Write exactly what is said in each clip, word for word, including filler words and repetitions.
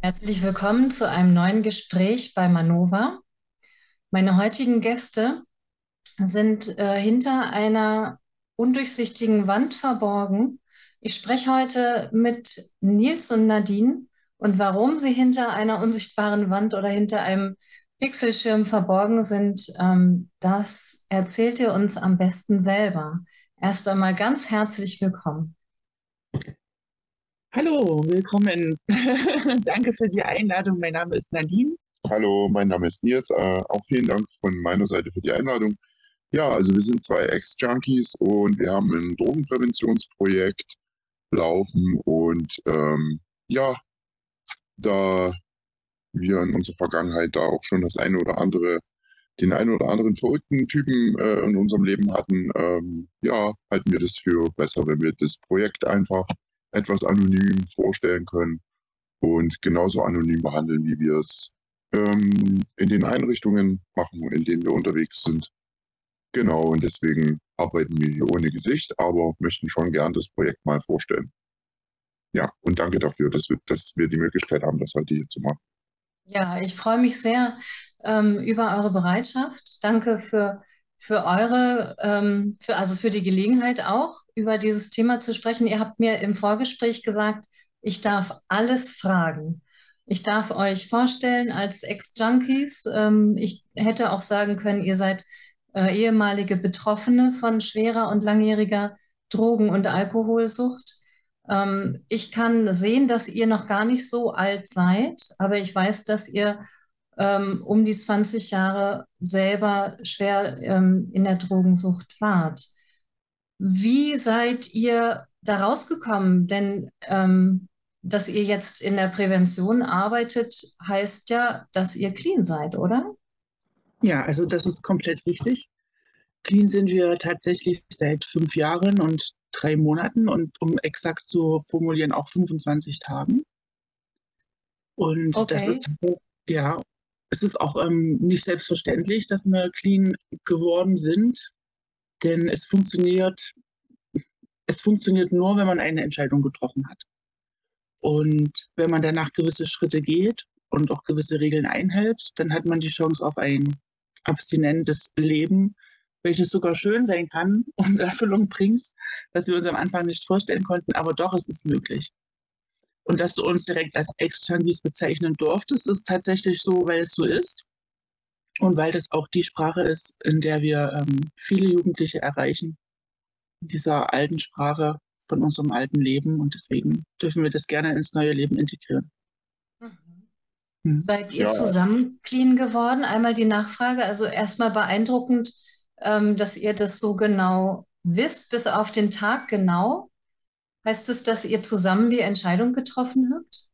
Herzlich willkommen zu einem neuen Gespräch bei Manova. Meine heutigen Gäste sind äh, hinter einer undurchsichtigen Wand verborgen. Ich spreche heute mit Nils und Nadine, und warum sie hinter einer unsichtbaren Wand oder hinter einem Pixelschirm verborgen sind, ähm, das erzählt ihr uns am besten selber. Erst einmal ganz herzlich willkommen. Hallo, willkommen. Danke für die Einladung. Mein Name ist Nadine. Hallo, mein Name ist Nils. Äh, auch vielen Dank von meiner Seite für die Einladung. Ja, also wir sind zwei Ex-Junkies und wir haben ein Drogenpräventionsprojekt laufen und ähm, ja, da wir in unserer Vergangenheit da auch schon das eine oder andere, den einen oder anderen verrückten Typen äh, in unserem Leben hatten, ähm, ja, halten wir das für besser, wenn wir das Projekt einfach etwas anonym vorstellen können und genauso anonym behandeln, wie wir es ähm, in den Einrichtungen machen, in denen wir unterwegs sind. Genau, und deswegen arbeiten wir hier ohne Gesicht, aber möchten schon gern das Projekt mal vorstellen. Ja, und danke dafür, dass wir, dass wir die Möglichkeit haben, das heute hier zu machen. Ja, ich freue mich sehr ähm, über eure Bereitschaft. Danke für, für eure, ähm, für, also für die Gelegenheit auch, über dieses Thema zu sprechen. Ihr habt mir im Vorgespräch gesagt, ich darf alles fragen. Ich darf euch vorstellen als Ex-Junkies. Ähm, ich hätte auch sagen können, ihr seid äh, ehemalige Betroffene von schwerer und langjähriger Drogen- und Alkoholsucht. Ähm, ich kann sehen, dass ihr noch gar nicht so alt seid, aber ich weiß, dass ihr ähm, um die zwanzig Jahre selber schwer ähm, in der Drogensucht wart. Wie seid ihr da rausgekommen? Denn ähm, dass ihr jetzt in der Prävention arbeitet, heißt ja, dass ihr clean seid, oder? Ja, also das ist komplett richtig. Clean sind wir tatsächlich seit fünf Jahren und drei Monaten und um exakt zu formulieren auch fünfundzwanzig Tagen. Und das Okay. ist, ja, es ist auch ähm, nicht selbstverständlich, dass wir clean geworden sind, denn es funktioniert, es funktioniert nur, wenn man eine Entscheidung getroffen hat. Und wenn man danach gewisse Schritte geht und auch gewisse Regeln einhält, dann hat man die Chance auf ein abstinentes Leben, welches sogar schön sein kann und Erfüllung bringt, was wir uns am Anfang nicht vorstellen konnten, aber doch, es ist möglich. Und dass du uns direkt als Ex-Junkies bezeichnen durftest, ist tatsächlich so, weil es so ist und weil das auch die Sprache ist, in der wir ähm, viele Jugendliche erreichen, in dieser alten Sprache von unserem alten Leben. Und deswegen dürfen wir das gerne ins neue Leben integrieren. Mhm. Mhm. Seid ihr Ja, zusammen clean geworden? Einmal die Nachfrage. Also erstmal beeindruckend, ähm, dass ihr das so genau wisst, bis auf den Tag genau. Heißt es, dass ihr zusammen die Entscheidung getroffen habt?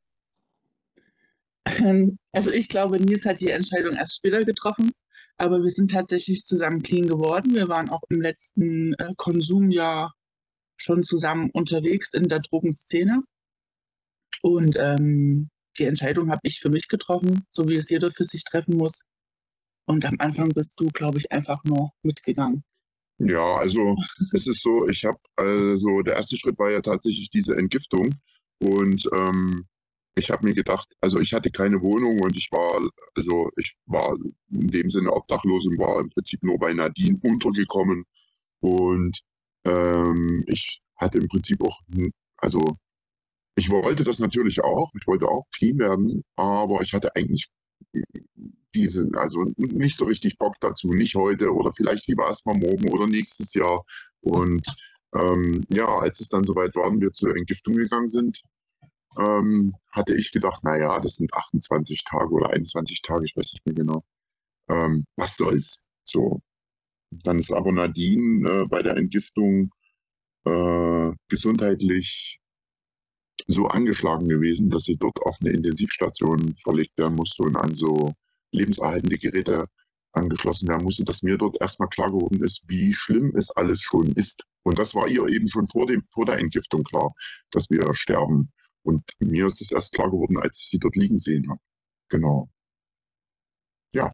Ähm, Also ich glaube, Nils hat die Entscheidung erst später getroffen, aber wir sind tatsächlich zusammen clean geworden. Wir waren auch im letzten äh, Konsumjahr schon zusammen unterwegs in der Drogenszene. Und ähm, die Entscheidung habe ich für mich getroffen, so wie es jeder für sich treffen muss. Und am Anfang bist du, glaube ich, einfach nur mitgegangen. ja, also es ist so, ich habe, also der erste Schritt war ja tatsächlich diese Entgiftung und ähm, ich habe mir gedacht, also ich hatte keine Wohnung und ich war, also ich war in dem Sinne obdachlos und war im Prinzip nur bei Nadine untergekommen. Und ähm, ich hatte im Prinzip auch, n- also ich wollte das natürlich auch, ich wollte auch clean werden, aber ich hatte eigentlich diesen, also nicht so richtig Bock dazu, nicht heute oder vielleicht lieber erstmal morgen oder nächstes Jahr. Und ähm, ja, als es dann soweit war und wir zur Entgiftung gegangen sind, ähm, hatte ich gedacht, naja, das sind achtundzwanzig Tage oder einundzwanzig Tage, ich weiß nicht mehr genau. Ähm, was soll's? So. Dann ist aber Nadine äh, bei der Entgiftung äh, gesundheitlich so angeschlagen gewesen, dass sie dort auf eine Intensivstation verlegt werden musste und an so lebenserhaltende Geräte angeschlossen werden musste, dass mir dort erstmal klar geworden ist, wie schlimm es alles schon ist. Und das war ihr eben schon vor, dem, vor der Entgiftung klar, dass wir sterben. Und mir ist es erst klar geworden, als ich sie dort liegen sehen habe. Genau. Ja,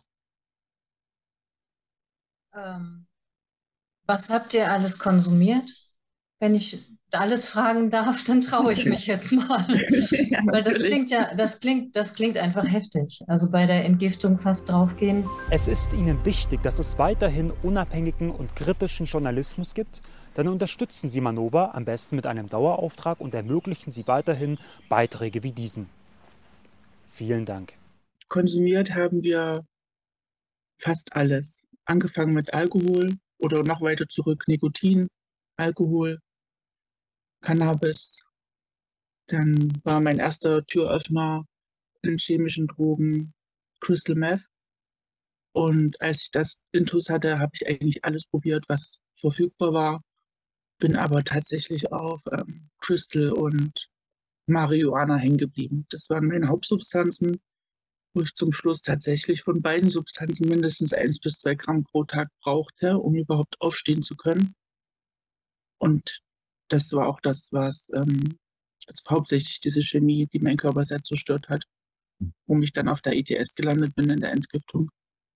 Ähm, Was habt ihr alles konsumiert, wenn ich alles fragen darf, dann traue ich mich jetzt mal. Ja, Weil das natürlich. klingt ja, das klingt, das klingt einfach heftig. Also bei der Entgiftung fast draufgehen. Es ist Ihnen wichtig, dass es weiterhin unabhängigen und kritischen Journalismus gibt. Dann unterstützen Sie Manova am besten mit einem Dauerauftrag und ermöglichen Sie weiterhin Beiträge wie diesen. Vielen Dank. Konsumiert haben wir fast alles. Angefangen mit Alkohol oder noch weiter zurück Nikotin, Alkohol, Cannabis. Dann war mein erster Türöffner in chemischen Drogen Crystal Meth. Und als ich das Intus hatte, habe ich eigentlich alles probiert, was verfügbar war. Bin aber tatsächlich auf ähm, Crystal und Marihuana hängen geblieben. Das waren meine Hauptsubstanzen, wo ich zum Schluss tatsächlich von beiden Substanzen mindestens eins bis zwei Gramm pro Tag brauchte, um überhaupt aufstehen zu können. Und das war auch das, was ähm, also hauptsächlich diese Chemie, die mein Körper sehr zerstört hat, wo ich dann auf der I T S gelandet bin in der Entgiftung.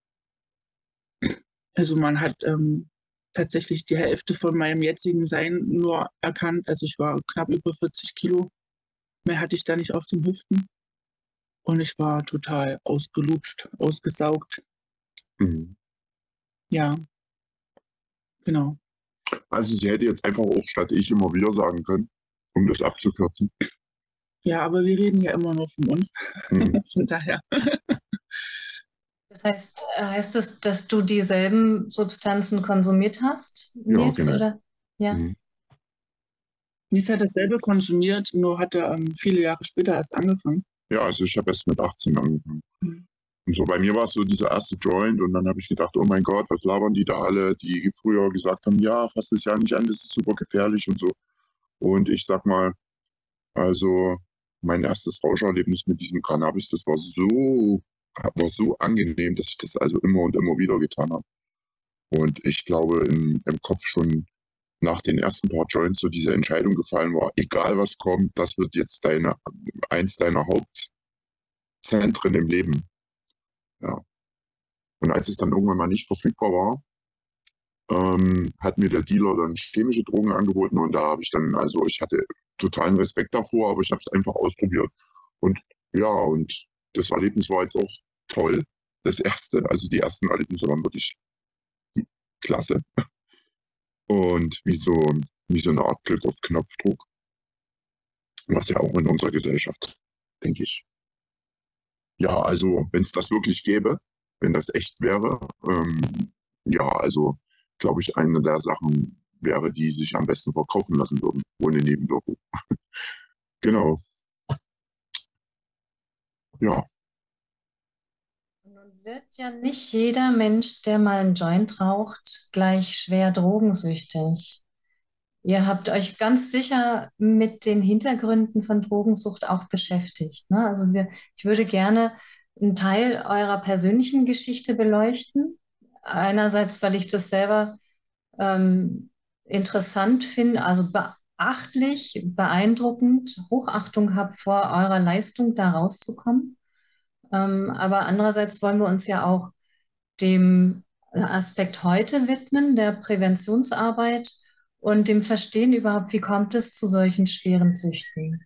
Also man hat ähm, tatsächlich die Hälfte von meinem jetzigen Sein nur erkannt. Also ich war knapp über vierzig Kilo. Mehr hatte ich da nicht auf den Hüften. Und ich war total ausgelutscht, ausgesaugt. Mhm. Ja, genau. Also sie hätte jetzt einfach auch statt ich immer wieder sagen können, um das abzukürzen. Ja, aber wir reden ja immer nur von uns. Mhm. Von daher. Das heißt, äh, heißt es, dass du dieselben Substanzen konsumiert hast, Ja, Nils, genau. oder? Ja. Mhm. Nils hat dasselbe konsumiert, nur hat er ähm, viele Jahre später erst angefangen. Ja, also ich habe erst mit achtzehn angefangen. Mhm. Und so bei mir war es so dieser erste Joint und dann habe ich gedacht, oh mein Gott, was labern die da alle, die früher gesagt haben, ja, fass das ja nicht an, das ist super gefährlich und so. Und ich sag mal, also mein erstes Rauscherlebnis mit diesem Cannabis, das war so, war so angenehm, dass ich das also immer und immer wieder getan habe. Und ich glaube, im, im Kopf schon nach den ersten paar Joints so diese Entscheidung gefallen war, egal was kommt, das wird jetzt deine, eins deiner Hauptzentren im Leben. Ja. Und als es dann irgendwann mal nicht verfügbar war, ähm, hat mir der Dealer dann chemische Drogen angeboten und da habe ich dann, also ich hatte totalen Respekt davor, aber ich habe es einfach ausprobiert. Und ja, und das Erlebnis war jetzt auch toll. Das erste, also die ersten Erlebnisse waren wirklich klasse. Und wie so, wie so eine Art Glück auf Knopfdruck. Was ja auch in unserer Gesellschaft, denke ich. Ja, also wenn es das wirklich gäbe, wenn das echt wäre, ähm, ja, also glaube ich, eine der Sachen wäre, die sich am besten verkaufen lassen würden, ohne Nebenwirkung. Genau. Ja. Nun wird ja nicht jeder Mensch, der mal einen Joint raucht, gleich schwer drogensüchtig. Ihr habt euch ganz sicher mit den Hintergründen von Drogensucht auch beschäftigt, ne? Also wir, ich würde gerne einen Teil eurer persönlichen Geschichte beleuchten. Einerseits, weil ich das selber ähm, interessant finde, also beachtlich, beeindruckend, Hochachtung habe vor eurer Leistung, da rauszukommen. Ähm, aber andererseits wollen wir uns ja auch dem Aspekt heute widmen, der Präventionsarbeit und dem Verstehen überhaupt, wie kommt es zu solchen schweren Süchten.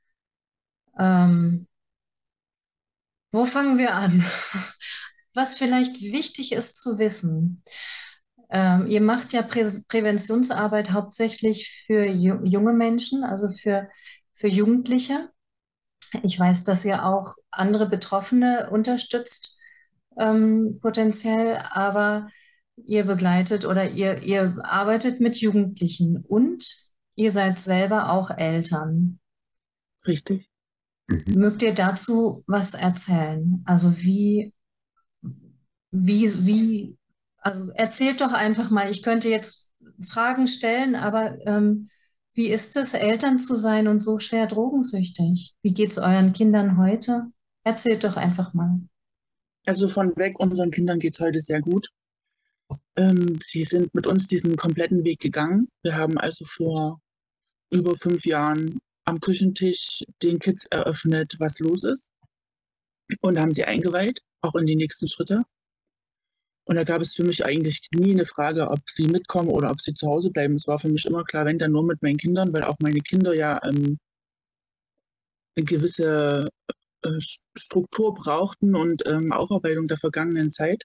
Ähm, wo fangen wir an? Was vielleicht wichtig ist zu wissen. Ähm, ihr macht ja Prä Präventionsarbeit hauptsächlich für ju junge Menschen, also für, für Jugendliche. Ich weiß, dass ihr auch andere Betroffene unterstützt, ähm, potenziell, aber ihr begleitet oder ihr, ihr arbeitet mit Jugendlichen und ihr seid selber auch Eltern. Richtig. Mhm. Mögt ihr dazu was erzählen? Also wie, wie, wie, also erzählt doch einfach mal, ich könnte jetzt Fragen stellen, aber ähm, wie ist es, Eltern zu sein und so schwer drogensüchtig? Wie geht es euren Kindern heute? Erzählt doch einfach mal. Also von weg, unseren Kindern geht es heute sehr gut. Ähm, sie sind mit uns diesen kompletten Weg gegangen. Wir haben also vor über fünf Jahren am Küchentisch den Kids eröffnet, was los ist und haben sie eingeweiht, auch in die nächsten Schritte. Und da gab es für mich eigentlich nie eine Frage, ob sie mitkommen oder ob sie zu Hause bleiben. Es war für mich immer klar, wenn dann nur mit meinen Kindern, weil auch meine Kinder ja ähm, eine gewisse äh, Struktur brauchten und ähm, Aufarbeitung der vergangenen Zeit.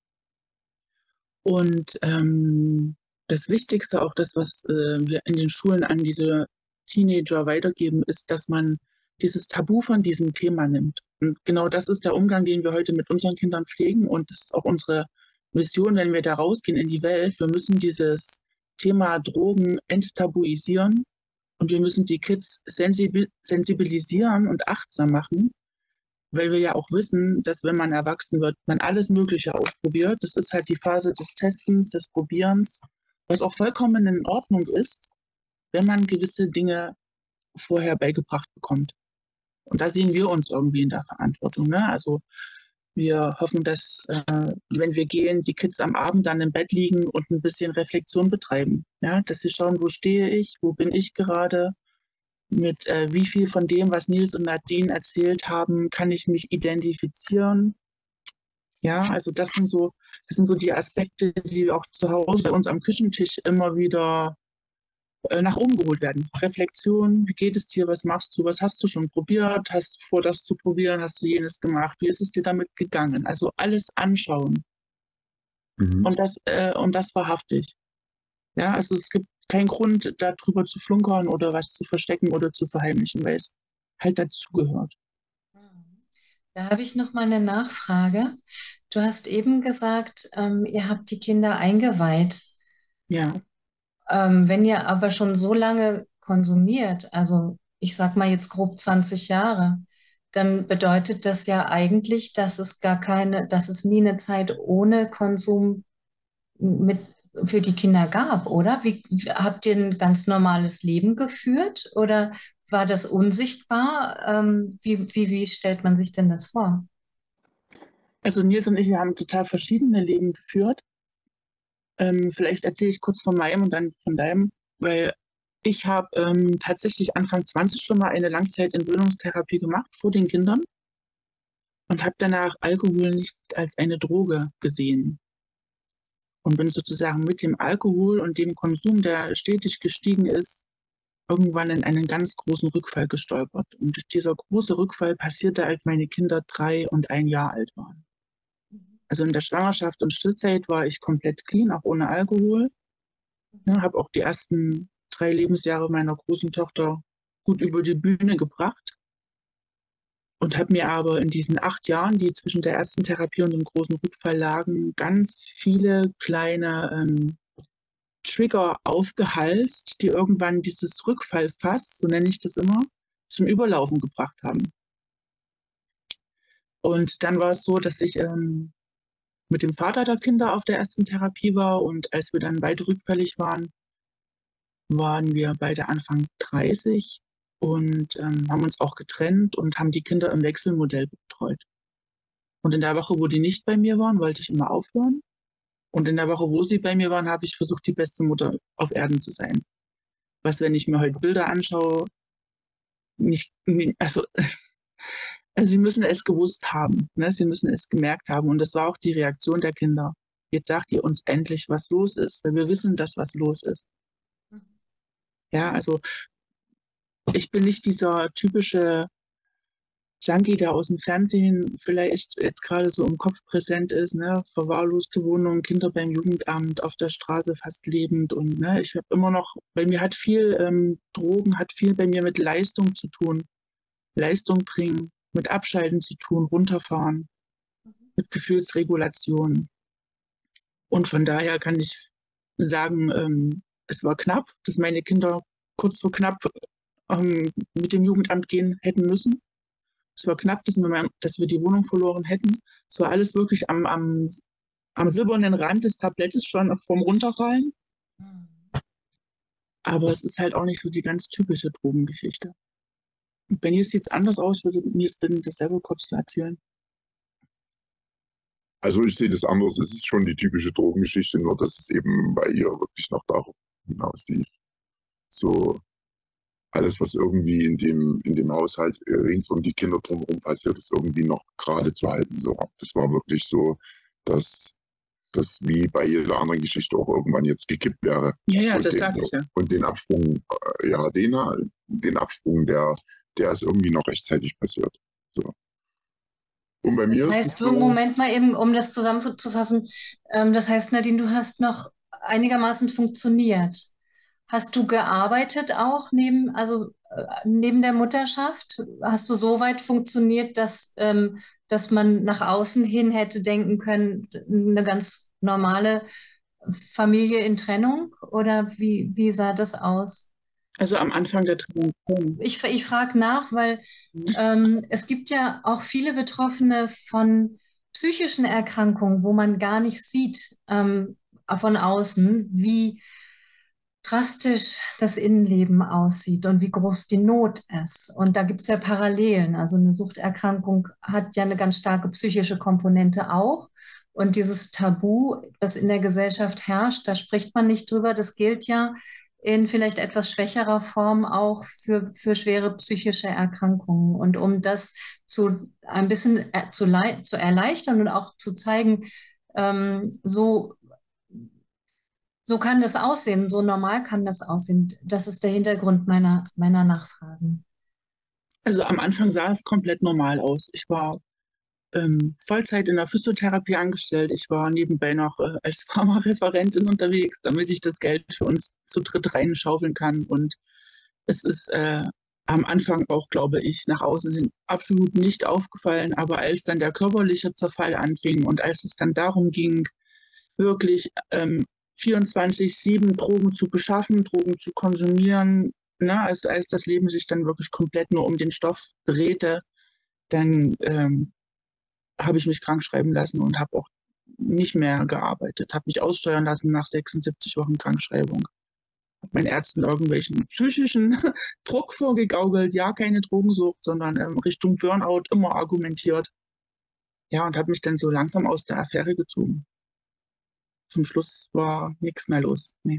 Und ähm, das Wichtigste, auch das, was äh, wir in den Schulen an diese Teenager weitergeben, ist, dass man dieses Tabu von diesem Thema nimmt. Und genau das ist der Umgang, den wir heute mit unseren Kindern pflegen. Und das ist auch unsere Mission, wenn wir da rausgehen in die Welt. Wir müssen dieses Thema Drogen enttabuisieren und wir müssen die Kids sensibil sensibilisieren und achtsam machen, weil wir ja auch wissen, dass wenn man erwachsen wird, man alles Mögliche ausprobiert. Das ist halt die Phase des Testens, des Probierens, was auch vollkommen in Ordnung ist, wenn man gewisse Dinge vorher beigebracht bekommt. Und da sehen wir uns irgendwie in der Verantwortung. Ne? Also wir hoffen, dass, äh, wenn wir gehen, die Kids am Abend dann im Bett liegen und ein bisschen Reflexion betreiben. Ja? Dass sie schauen, wo stehe ich, wo bin ich gerade, mit äh, wie viel von dem, was Nils und Nadine erzählt haben, kann ich mich identifizieren. Ja, also das sind so, das sind so die Aspekte, die auch zu Hause bei uns am Küchentisch immer wieder äh, nach oben geholt werden. Reflexion, wie geht es dir, was machst du, was hast du schon probiert, hast du vor, das zu probieren, hast du jenes gemacht, wie ist es dir damit gegangen? Also alles anschauen. Mhm. Und das, äh, und das wahrhaftig. Ja, also es gibt keinen Grund, darüber zu flunkern oder was zu verstecken oder zu verheimlichen, weil es halt dazugehört. Da habe ich noch mal eine Nachfrage. Du hast eben gesagt, ähm, ihr habt die Kinder eingeweiht. Ja. Ähm, wenn ihr aber schon so lange konsumiert, also ich sag mal jetzt grob zwanzig Jahre, dann bedeutet das ja eigentlich, dass es gar keine, dass es nie eine Zeit ohne Konsum mit für die Kinder gab, oder? Wie, habt ihr ein ganz normales Leben geführt oder war das unsichtbar? Ähm, wie, wie, wie stellt man sich denn das vor? Also Nils und ich, wir haben total verschiedene Leben geführt. Ähm, vielleicht erzähle ich kurz von meinem und dann von deinem, weil ich habe ähm, tatsächlich Anfang zwanzig schon mal eine Langzeitentwöhnungstherapie gemacht vor den Kindern und habe danach Alkohol nicht als eine Droge gesehen. Und bin sozusagen mit dem Alkohol und dem Konsum, der stetig gestiegen ist, irgendwann in einen ganz großen Rückfall gestolpert. Und dieser große Rückfall passierte, als meine Kinder drei und ein Jahr alt waren. Also in der Schwangerschaft und Stillzeit war ich komplett clean, auch ohne Alkohol. Ja, habe auch die ersten drei Lebensjahre meiner großen Tochter gut über die Bühne gebracht. Und habe mir aber in diesen acht Jahren, die zwischen der ersten Therapie und dem großen Rückfall lagen, ganz viele kleine ähm, Trigger aufgehalst, die irgendwann dieses Rückfallfass, so nenne ich das immer, zum Überlaufen gebracht haben. Und dann war es so, dass ich ähm, mit dem Vater der Kinder auf der ersten Therapie war und als wir dann beide rückfällig waren, waren wir beide Anfang dreißig und ähm, haben uns auch getrennt und haben die Kinder im Wechselmodell betreut. Und in der Woche, wo die nicht bei mir waren, wollte ich immer aufhören. Und in der Woche, wo sie bei mir waren, habe ich versucht, die beste Mutter auf Erden zu sein. Was, wenn ich mir heute Bilder anschaue, nicht, also, also sie müssen es gewusst haben, ne? Sie müssen es gemerkt haben. Und das war auch die Reaktion der Kinder. Jetzt sagt ihr uns endlich, was los ist, weil wir wissen, dass was los ist. Ja, also ich bin nicht dieser typische Junkie, der aus dem Fernsehen vielleicht jetzt gerade so im Kopf präsent ist, ne? Verwahrloste Wohnung, Kinder beim Jugendamt, auf der Straße fast lebend. Und ne, ich habe immer noch, bei mir hat viel ähm, Drogen, hat viel bei mir mit Leistung zu tun. Leistung bringen, mit Abschalten zu tun, runterfahren, mit Gefühlsregulation. Und von daher kann ich sagen, ähm, es war knapp, dass meine Kinder kurz vor knapp ähm, mit dem Jugendamt gehen hätten müssen. Es war knapp, dass wir, dass wir die Wohnung verloren hätten. Es war alles wirklich am, am, am silbernen Rand des Tablettes schon vom Runterfallen. Aber es ist halt auch nicht so die ganz typische Drogengeschichte. Und bei Nils sieht es anders aus, würde Nils bitten, das selber kurz zu erzählen. Also ich sehe das anders. Es ist schon die typische Drogengeschichte, nur dass es eben bei ihr wirklich noch darauf hinauslief. So alles, was irgendwie in dem, in dem Haushalt rings um die Kinder drumherum passiert, ist irgendwie noch gerade zu halten. So. Das war wirklich so, dass das wie bei jeder anderen Geschichte auch irgendwann jetzt gekippt wäre. Ja, ja, Und das den, sage ich ja. und den Absprung, äh, ja, den, den Absprung, der, der ist irgendwie noch rechtzeitig passiert. So. Und bei Das mir ist es heißt, so, Moment mal eben, um das zusammenzufassen, ähm, das heißt, Nadine, du hast noch einigermaßen funktioniert. Hast du gearbeitet auch neben, also äh, neben der Mutterschaft? Hast du so weit funktioniert, dass, ähm, dass man nach außen hin hätte denken können, eine ganz normale Familie in Trennung? Oder wie, wie sah das aus? Also am Anfang der Trennung schon. Ich, ich frage nach, weil Mhm. ähm, es gibt ja auch viele Betroffene von psychischen Erkrankungen, wo man gar nicht sieht ähm, von außen, wie drastisch das Innenleben aussieht und wie groß die Not ist. Und da gibt es ja Parallelen. Also eine Suchterkrankung hat ja eine ganz starke psychische Komponente auch. Und dieses Tabu, das in der Gesellschaft herrscht, da spricht man nicht drüber. Das gilt ja in vielleicht etwas schwächerer Form auch für, für schwere psychische Erkrankungen. Und um das zu ein bisschen äh, zu, lei- zu erleichtern und auch zu zeigen, ähm, so so kann das aussehen, so normal kann das aussehen. Das ist der Hintergrund meiner, meiner Nachfragen. Also am Anfang sah es komplett normal aus. Ich war ähm, Vollzeit in der Physiotherapie angestellt. Ich war nebenbei noch äh, als Pharmareferentin unterwegs, damit ich das Geld für uns zu dritt reinschaufeln kann. Und es ist äh, am Anfang auch, glaube ich, nach außen hin absolut nicht aufgefallen. Aber als dann der körperliche Zerfall anfing und als es dann darum ging, wirklich ähm, vierundzwanzig sieben Drogen zu beschaffen, Drogen zu konsumieren, ne, als, als das Leben sich dann wirklich komplett nur um den Stoff drehte, dann ähm, habe ich mich krank schreiben lassen und habe auch nicht mehr gearbeitet, habe mich aussteuern lassen nach sechsundsiebzig Wochen Krankschreibung. Habe meinen Ärzten irgendwelchen psychischen Druck vorgegaukelt, ja, keine Drogensucht, sondern ähm, Richtung Burnout immer argumentiert. Ja, und habe mich dann so langsam aus der Affäre gezogen. Zum Schluss war nichts mehr los. Nee.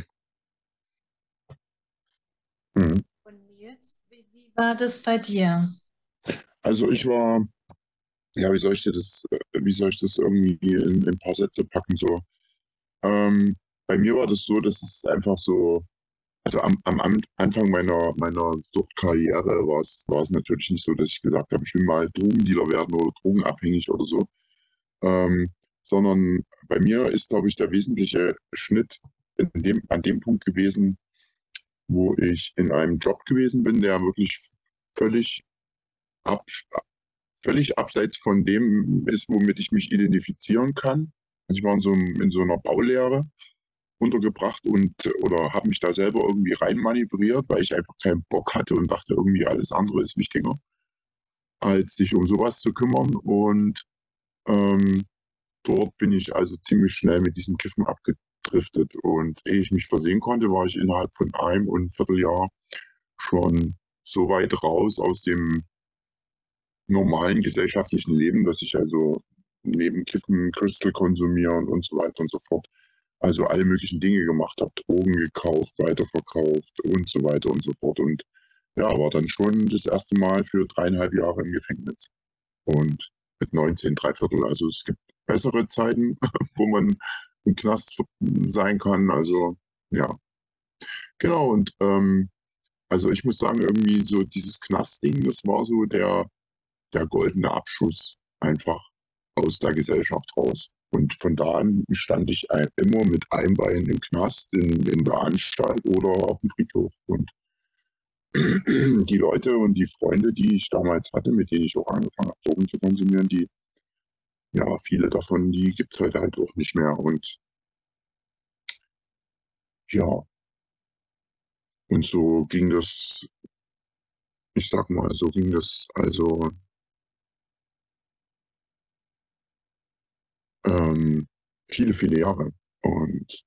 mhm. Und Nils, wie, wie war das bei dir? Also ich war, ja, wie soll ich dir das, äh, wie soll ich das irgendwie in, in ein paar Sätze packen? So, ähm, bei mir war das so, dass es einfach so, also am, am Am- Anfang meiner, meiner Suchtkarriere war es, war es natürlich nicht so, dass ich gesagt habe, ich will mal Drogendealer werden oder drogenabhängig oder so, ähm, sondern bei mir ist, glaube ich, der wesentliche Schnitt in dem, an dem Punkt gewesen, wo ich in einem Job gewesen bin, der wirklich völlig ab, völlig abseits von dem ist, womit ich mich identifizieren kann. Also ich war in so, einem, in so einer Baulehre untergebracht und oder habe mich da selber irgendwie reinmanövriert, weil ich einfach keinen Bock hatte und dachte, irgendwie alles andere ist wichtiger, als sich um sowas zu kümmern. Und ähm, dort bin ich also ziemlich schnell mit diesem Kiffen abgedriftet. Und ehe ich mich versehen konnte, war ich innerhalb von einem und einem Vierteljahr schon so weit raus aus dem normalen gesellschaftlichen Leben, dass ich also neben Kiffen, Crystal konsumieren und so weiter und so fort, also alle möglichen Dinge gemacht habe, Drogen gekauft, weiterverkauft und so weiter und so fort. Und ja, war dann schon das erste Mal für dreieinhalb Jahre im Gefängnis. Und mit neunzehn, drei Viertel. Also es gibt bessere Zeiten, wo man im Knast sein kann. Also ja, genau. Und ähm, also ich muss sagen, irgendwie so dieses Knastding, das war so der, der goldene Abschuss einfach aus der Gesellschaft raus. Und von da an stand ich ein, immer mit einem Bein im Knast, in, in der Anstalt oder auf dem Friedhof. Und die Leute und die Freunde, die ich damals hatte, mit denen ich auch angefangen habe, Drogen zu konsumieren, die, ja, viele davon, die gibt es heute halt auch nicht mehr. Und ja, und so ging das, ich sag mal, so ging das also ähm, viele, viele Jahre. Und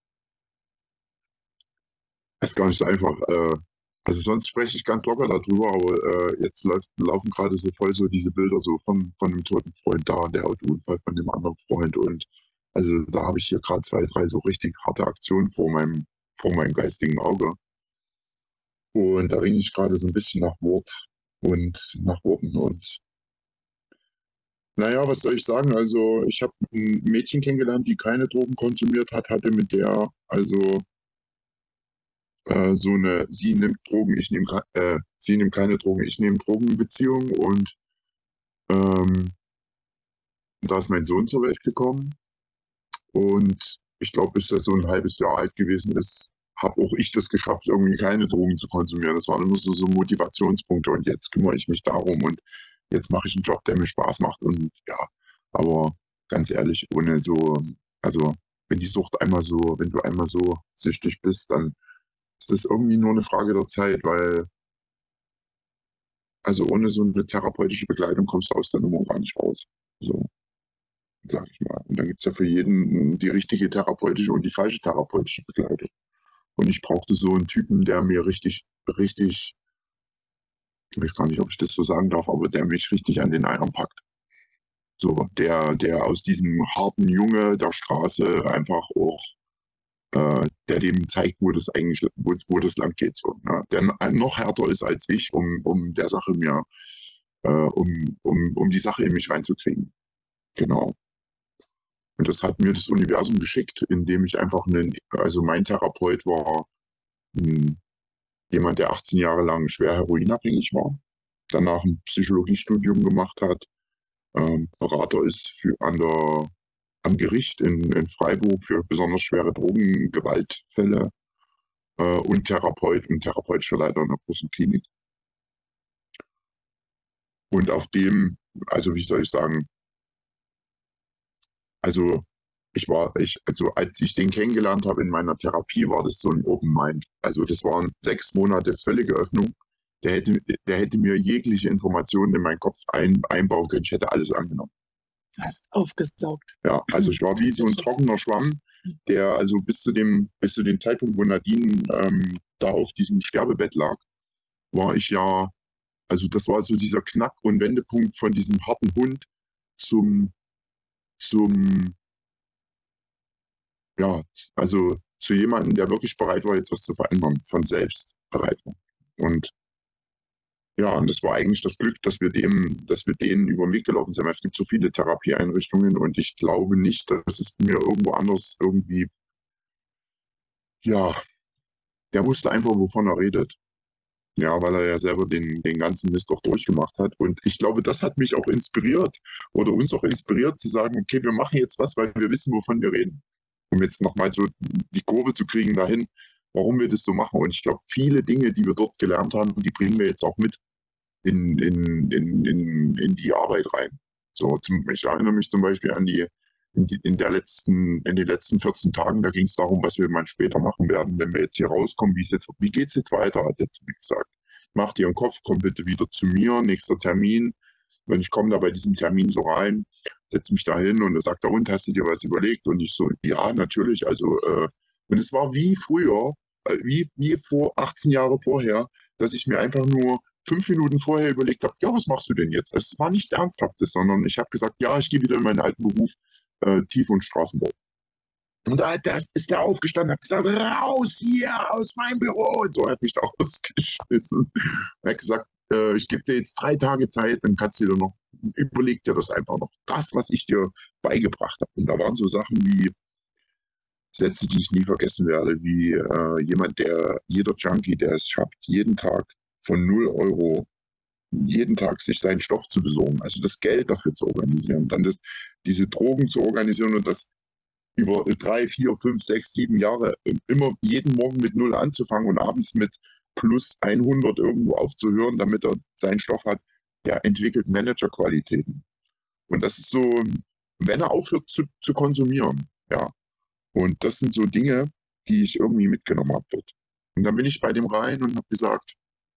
es ist gar nicht so einfach. Äh, also sonst spreche ich ganz locker darüber, aber äh, jetzt läuft, laufen gerade so voll so diese Bilder so von, von dem toten Freund da, der Autounfall von dem anderen Freund. Und also da habe ich hier gerade zwei, drei so richtig harte Aktionen vor meinem, vor meinem geistigen Auge. Und da ringe ich gerade so ein bisschen nach Wort und nach Worten. Und Naja, was soll ich sagen? Also, ich habe ein Mädchen kennengelernt, die keine Drogen konsumiert hat, hatte mit der also äh, so eine, sie nimmt Drogen, ich nehme äh, sie nimmt keine Drogen, ich nehme Drogenbeziehung und ähm, da ist mein Sohn zur Welt gekommen und ich glaube, bis er so ein halbes Jahr alt gewesen ist, habe auch ich das geschafft, irgendwie keine Drogen zu konsumieren. Das waren immer so, so Motivationspunkte und jetzt kümmere ich mich darum und jetzt mache ich einen Job, der mir Spaß macht und ja, aber ganz ehrlich, ohne so, also wenn die Sucht einmal so, wenn du einmal so süchtig bist, dann ist das irgendwie nur eine Frage der Zeit, weil also ohne so eine therapeutische Begleitung kommst du aus der Nummer gar nicht raus. So, sag ich mal. Und dann gibt es ja für jeden die richtige therapeutische und die falsche therapeutische Begleitung. Und ich brauchte so einen Typen, der mir richtig, richtig, ich weiß gar nicht, ob ich das so sagen darf, aber der mich richtig an den Eiern packt. So, der, der aus diesem harten Junge der Straße einfach auch, äh, der dem zeigt, wo das eigentlich, wo, wo das lang geht. So, ne? Der noch härter ist als ich, um, um der Sache mir, äh, um, um, um die Sache in mich reinzukriegen. Genau. Und das hat mir das Universum geschickt, indem ich einfach einen, also mein Therapeut war hm, jemand, der achtzehn Jahre lang schwer heroinabhängig war, danach ein Psychologiestudium gemacht hat, ähm, Berater ist für, an der, am Gericht in, in Freiburg für besonders schwere Drogengewaltfälle äh, und Therapeut und therapeutischer Leiter einer großen Klinik. Und auf dem, also wie soll ich sagen, also ich war, ich, also als ich den kennengelernt habe in meiner Therapie, war das so ein Open Mind. Also das waren sechs Monate völlige Öffnung. Der hätte, der hätte mir jegliche Informationen in meinen Kopf ein, einbauen können. Ich hätte alles angenommen. Hast aufgesaugt. Ja, also ich war wie so ein trockener Schwamm, der also bis zu dem, bis zu dem Zeitpunkt, wo Nadine ähm, da auf diesem Sterbebett lag, war ich ja, also das war so dieser Knack- und Wendepunkt von diesem harten Hund zum, zum ja, also zu jemandem, der wirklich bereit war, jetzt was zu verändern, von selbst bereit war. Und ja, und das war eigentlich das Glück, dass wir dem, dass wir denen über den Weg gelaufen sind. Es gibt so viele Therapieeinrichtungen und ich glaube nicht, dass es mir irgendwo anders irgendwie, ja, der wusste einfach, wovon er redet. Ja, weil er ja selber den, den ganzen Mist auch durchgemacht hat. Und ich glaube, das hat mich auch inspiriert oder uns auch inspiriert zu sagen, okay, wir machen jetzt was, weil wir wissen, wovon wir reden. Um jetzt nochmal so die Kurve zu kriegen dahin, warum wir das so machen. Und ich glaube, viele Dinge, die wir dort gelernt haben, die bringen wir jetzt auch mit in, in, in, in, in die Arbeit rein. So, zum, ich erinnere mich zum Beispiel an die, in, die, in, der letzten, in den letzten vierzehn Tagen, da ging es darum, was wir mal später machen werden, wenn wir jetzt hier rauskommen, wie es jetzt, wie geht's jetzt weiter, hat jetzt wie gesagt. Mach dir einen Kopf, komm bitte wieder zu mir, nächster Termin. Wenn ich komme da bei diesem Termin so rein, setze mich da hin und er sagt, und hast du dir was überlegt? Und ich so, ja, natürlich. Also, äh, und es war wie früher, äh, wie, wie vor achtzehn Jahre vorher, dass ich mir einfach nur fünf Minuten vorher überlegt habe, ja, was machst du denn jetzt? Es war nichts Ernsthaftes, sondern ich habe gesagt, ja, ich gehe wieder in meinen alten Beruf, äh, Tief- und Straßenbau. Und da, da ist der aufgestanden, hat gesagt, raus hier aus meinem Büro. Und so hat mich da ausgeschmissen. Er hat gesagt, äh, ich gebe dir jetzt drei Tage Zeit, dann kannst du dir noch, überleg dir das einfach noch. Das, was ich dir beigebracht habe. Und da waren so Sachen wie Sätze, die ich nie vergessen werde, wie äh, jemand, der, jeder Junkie, der es schafft, jeden Tag von null Euro jeden Tag sich seinen Stoff zu besorgen, also das Geld dafür zu organisieren, dann das, diese Drogen zu organisieren und das über drei, vier, fünf, sechs, sieben Jahre immer jeden Morgen mit Null anzufangen und abends mit plus hundert irgendwo aufzuhören, damit er seinen Stoff hat, der entwickelt Managerqualitäten. Und das ist so, wenn er aufhört zu, zu konsumieren, ja. Und das sind so Dinge, die ich irgendwie mitgenommen habe dort. Und dann bin ich bei dem rein und habe gesagt,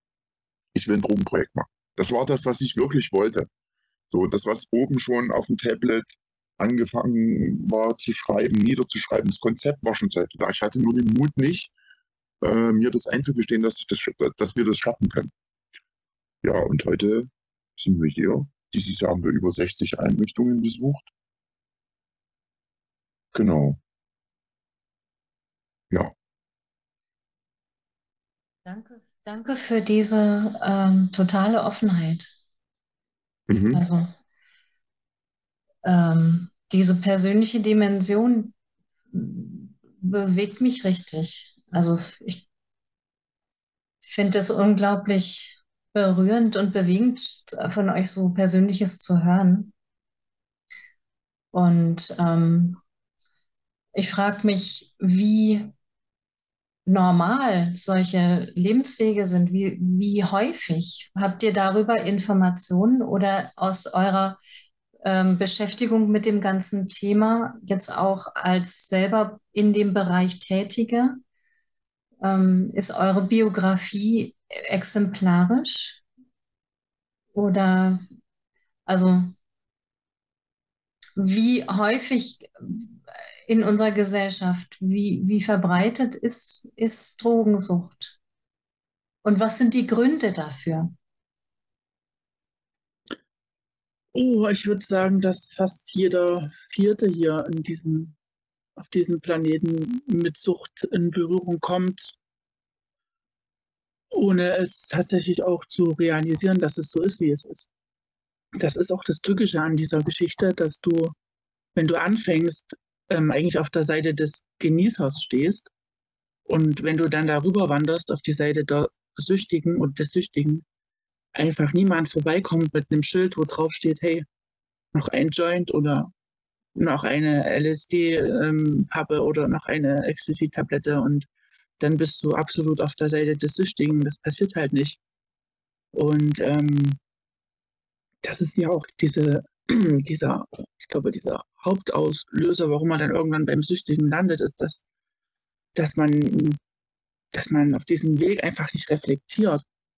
ich will ein Drogenprojekt machen. Das war das, was ich wirklich wollte. So, das, was oben schon auf dem Tablet angefangen war zu schreiben, niederzuschreiben, das Konzept war schon seit da. Ich hatte nur den Mut nicht, äh, mir das einzugestehen, dass, ich das, dass wir das schaffen können. Ja, und heute sind wir hier. Dieses Jahr haben wir über sechzig Einrichtungen besucht. Genau, ja. Danke, danke für diese ähm, totale Offenheit. Mhm. Also ähm, diese persönliche Dimension bewegt mich richtig. Also ich finde es unglaublich berührend und bewegend, von euch so Persönliches zu hören. Und ähm, ich frage mich, wie normal solche Lebenswege sind, wie, wie häufig. Habt ihr darüber Informationen oder aus eurer ähm, Beschäftigung mit dem ganzen Thema jetzt auch als selber in dem Bereich Tätige? Ähm, ist eure Biografie exemplarisch? Oder also wie häufig in unserer Gesellschaft, wie, wie verbreitet ist, ist Drogensucht? Und was sind die Gründe dafür? Oh, ich würde sagen, dass fast jeder Vierte hier in diesem, auf diesem Planeten mit Sucht in Berührung kommt, ohne es tatsächlich auch zu realisieren, dass es so ist, wie es ist. Das ist auch das Tückische an dieser Geschichte, dass du, wenn du anfängst, ähm, eigentlich auf der Seite des Genießers stehst und wenn du dann darüber wanderst auf die Seite der Süchtigen und des Süchtigen, einfach niemand vorbeikommt mit einem Schild, wo drauf steht, hey, noch ein Joint oder noch eine L S D-Pappe ähm, oder noch eine Ecstasy-Tablette und dann bist du absolut auf der Seite des Süchtigen. Das passiert halt nicht. Und ähm, das ist ja auch diese, dieser, ich glaube, dieser Hauptauslöser, warum man dann irgendwann beim Süchtigen landet, ist, dass, dass man, dass man auf diesem Weg einfach nicht reflektiert.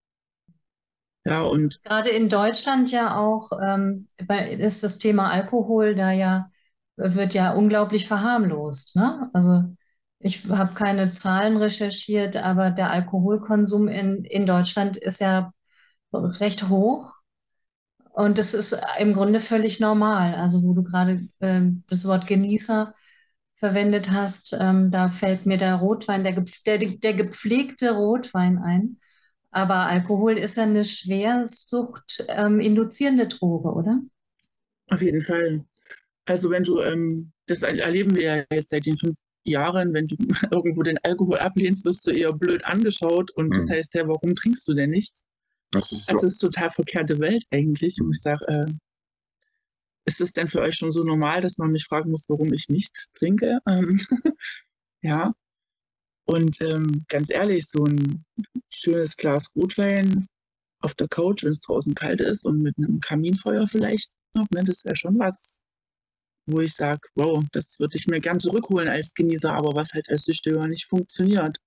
Ja, und gerade in Deutschland ja auch, ähm, bei, ist das Thema Alkohol da ja, wird ja unglaublich verharmlost, ne? Also ich habe keine Zahlen recherchiert, aber der Alkoholkonsum in, in Deutschland ist ja recht hoch. Und das ist im Grunde völlig normal. Also wo du gerade ähm, das Wort Genießer verwendet hast, ähm, da fällt mir der Rotwein, der, gepf- der, der gepflegte Rotwein ein. Aber Alkohol ist ja eine Schwersucht ähm, induzierende Droge, oder? auf jeden Fall. Also wenn du, ähm, das erleben wir ja jetzt seit den fünf Jahren, wenn du irgendwo den Alkohol ablehnst, wirst du eher blöd angeschaut und das Mhm. heißt ja, warum trinkst du denn nichts? Das ist Das so. ist total verkehrte Welt eigentlich. Und Mhm. ich sage, äh, ist es denn für euch schon so normal, dass man mich fragen muss, warum ich nicht trinke? Ähm, ja, und ähm, ganz ehrlich, so ein schönes Glas Rotwein auf der Couch, wenn es draußen kalt ist und mit einem Kaminfeuer vielleicht noch, ne, das wäre schon was, wo ich sage, wow, das würde ich mir gern zurückholen als Genießer, aber was halt als Süchtiger nicht funktioniert.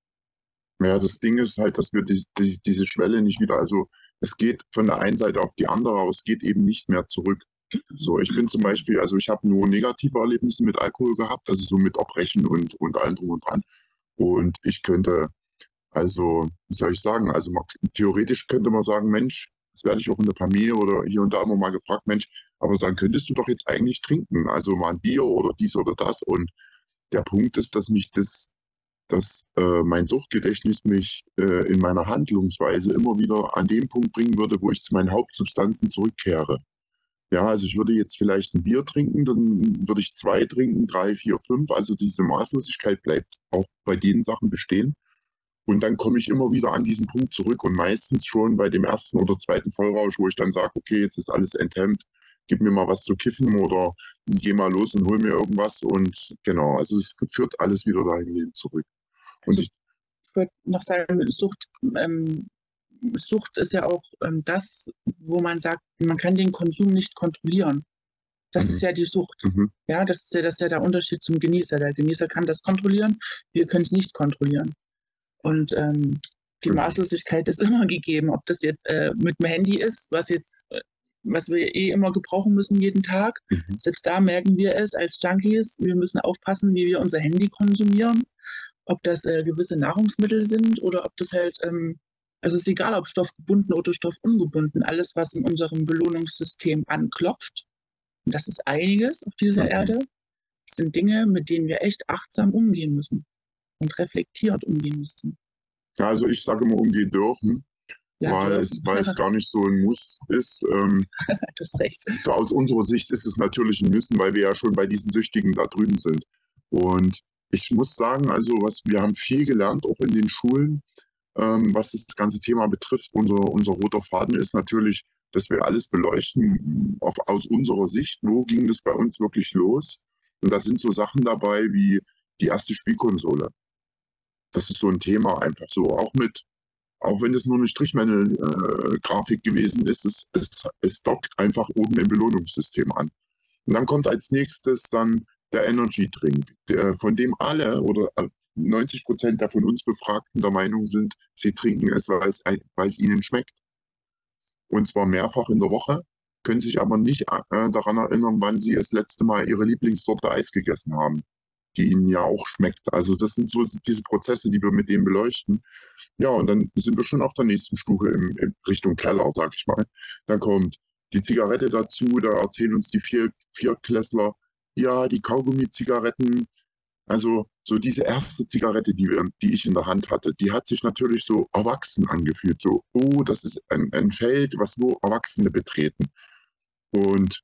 Ja, das Ding ist halt, dass wir die, die, diese Schwelle nicht wieder, also es geht von der einen Seite auf die andere, aber es geht eben nicht mehr zurück. So, ich bin zum Beispiel, also ich habe nur negative Erlebnisse mit Alkohol gehabt, also so mit Erbrechen und, und allem drum und dran. Und ich könnte, also, wie soll ich sagen, also man, theoretisch könnte man sagen, Mensch, das werde ich auch in der Familie oder hier und da immer mal gefragt, Mensch, aber dann könntest du doch jetzt eigentlich trinken, also mal ein Bier oder dies oder das. Und der Punkt ist, dass mich das dass äh, mein Suchtgedächtnis mich äh, in meiner Handlungsweise immer wieder an den Punkt bringen würde, wo ich zu meinen Hauptsubstanzen zurückkehre. Ja, also ich würde jetzt vielleicht ein Bier trinken, dann würde ich zwei trinken, drei, vier, fünf. Also diese Maßlosigkeit bleibt auch bei den Sachen bestehen. Und dann komme ich immer wieder an diesen Punkt zurück und meistens schon bei dem ersten oder zweiten Vollrausch, wo ich dann sage, okay, jetzt ist alles enthemmt, gib mir mal was zu kiffen oder geh mal los und hol mir irgendwas. Und genau, also es führt alles wieder dahin zurück. Und Also ich, ich würde noch sagen, Sucht, ähm, Sucht ist ja auch ähm, das, wo man sagt, man kann den Konsum nicht kontrollieren. Das ist mhm, ja die Sucht. mhm, Ja, das ist ja, das ist ja der Unterschied zum Genießer. Der Genießer kann das kontrollieren, wir können es nicht kontrollieren. Und ähm, die mhm, Maßlosigkeit ist immer gegeben, ob das jetzt äh, mit dem Handy ist, was jetzt, äh, was wir eh immer gebrauchen müssen jeden Tag. mhm. Selbst da merken wir es als Junkies, wir müssen aufpassen, wie wir unser Handy konsumieren, ob das äh, gewisse Nahrungsmittel sind oder ob das halt, ähm, also es ist egal, ob stoffgebunden oder stoffungebunden, alles, was in unserem Belohnungssystem anklopft, und das ist einiges auf dieser Mhm. Erde, sind Dinge, mit denen wir echt achtsam umgehen müssen und reflektiert umgehen müssen. Ja, also ich sage immer umgehen dürfen. Ja, weil, es, weil es gar nicht so ein Muss ist. Ähm, das ist recht. so aus unserer Sicht ist es natürlich ein Müssen, weil wir ja schon bei diesen Süchtigen da drüben sind. Und ich muss sagen, also was wir haben viel gelernt, auch in den Schulen, ähm, was das ganze Thema betrifft. Unser, unser roter Faden ist natürlich, dass wir alles beleuchten auf, aus unserer Sicht. Wo ging das bei uns wirklich los? Und da sind so Sachen dabei wie die erste Spielkonsole. Das ist so ein Thema einfach so, auch mit, auch wenn es nur eine Strichmännel-Grafik äh, gewesen ist, es, es, es dockt einfach oben im Belohnungssystem an. Und dann kommt als nächstes dann der Energy Drink, der, von dem alle oder neunzig Prozent der von uns Befragten der Meinung sind, sie trinken es, weil es, weil es ihnen schmeckt. Und zwar mehrfach in der Woche, können sich aber nicht äh, daran erinnern, wann sie das letzte Mal ihre Lieblingssorte Eis gegessen haben, die ihnen ja auch schmeckt. Also das sind so diese Prozesse, die wir mit dem beleuchten. Ja, und dann sind wir schon auf der nächsten Stufe in, in Richtung Keller, sag ich mal. Dann kommt die Zigarette dazu, da erzählen uns die vier, Viertklässler, ja, die Kaugummi-Zigaretten, also so diese erste Zigarette, die, wir, die ich in der Hand hatte, die hat sich natürlich so erwachsen angefühlt. So, oh, das ist ein, ein Feld, was nur Erwachsene betreten. Und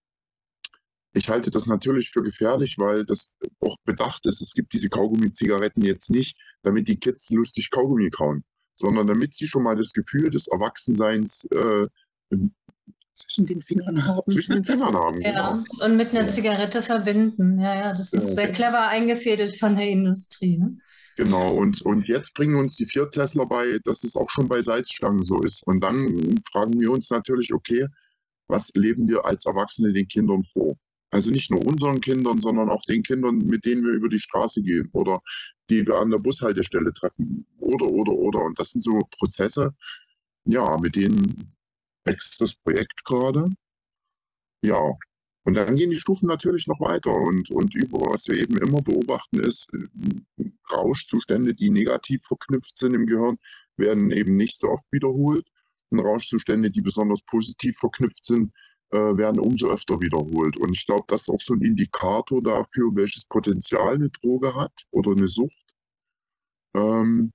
ich halte das natürlich für gefährlich, weil das auch bedacht ist, es gibt diese Kaugummi-Zigaretten jetzt nicht, damit die Kids lustig Kaugummi kauen, sondern damit sie schon mal das Gefühl des Erwachsenseins äh, zwischen den Fingern haben. Zwischen den Fingern haben, Ja, genau. und mit einer Zigarette verbinden. Ja, ja, das ist Ja, sehr genau. clever eingefädelt von der Industrie. Ne? Genau, und, und jetzt bringen uns die Viertklässler bei, dass es auch schon bei Salzstangen so ist. Und dann fragen wir uns natürlich, okay, was leben wir als Erwachsene den Kindern vor? Also nicht nur unseren Kindern, sondern auch den Kindern, mit denen wir über die Straße gehen oder die wir an der Bushaltestelle treffen oder, oder, oder. Und das sind so Prozesse, ja, mit denen wächst das Projekt gerade. Ja, und dann gehen die Stufen natürlich noch weiter. Und, und über was wir eben immer beobachten, ist, äh, Rauschzustände, die negativ verknüpft sind im Gehirn, werden eben nicht so oft wiederholt. Und Rauschzustände, die besonders positiv verknüpft sind, äh, werden umso öfter wiederholt. Und ich glaube, das ist auch so ein Indikator dafür, welches Potenzial eine Droge hat oder eine Sucht. Ähm,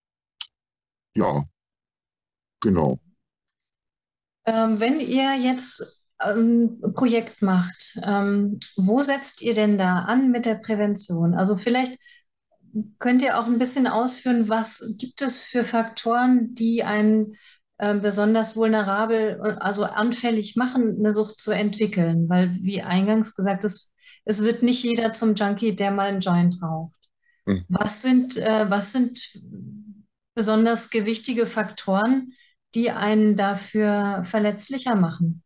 ja, genau. Ähm, wenn ihr jetzt ein Projekt macht, ähm, wo setzt ihr denn da an mit der Prävention? Also vielleicht könnt ihr auch ein bisschen ausführen, was gibt es für Faktoren, die einen äh, besonders vulnerabel, also anfällig machen, eine Sucht zu entwickeln? Weil, wie eingangs gesagt, es, es wird nicht jeder zum Junkie, der mal einen Joint raucht. Hm. Was sind, äh, was sind besonders gewichtige Faktoren, die einen dafür verletzlicher machen?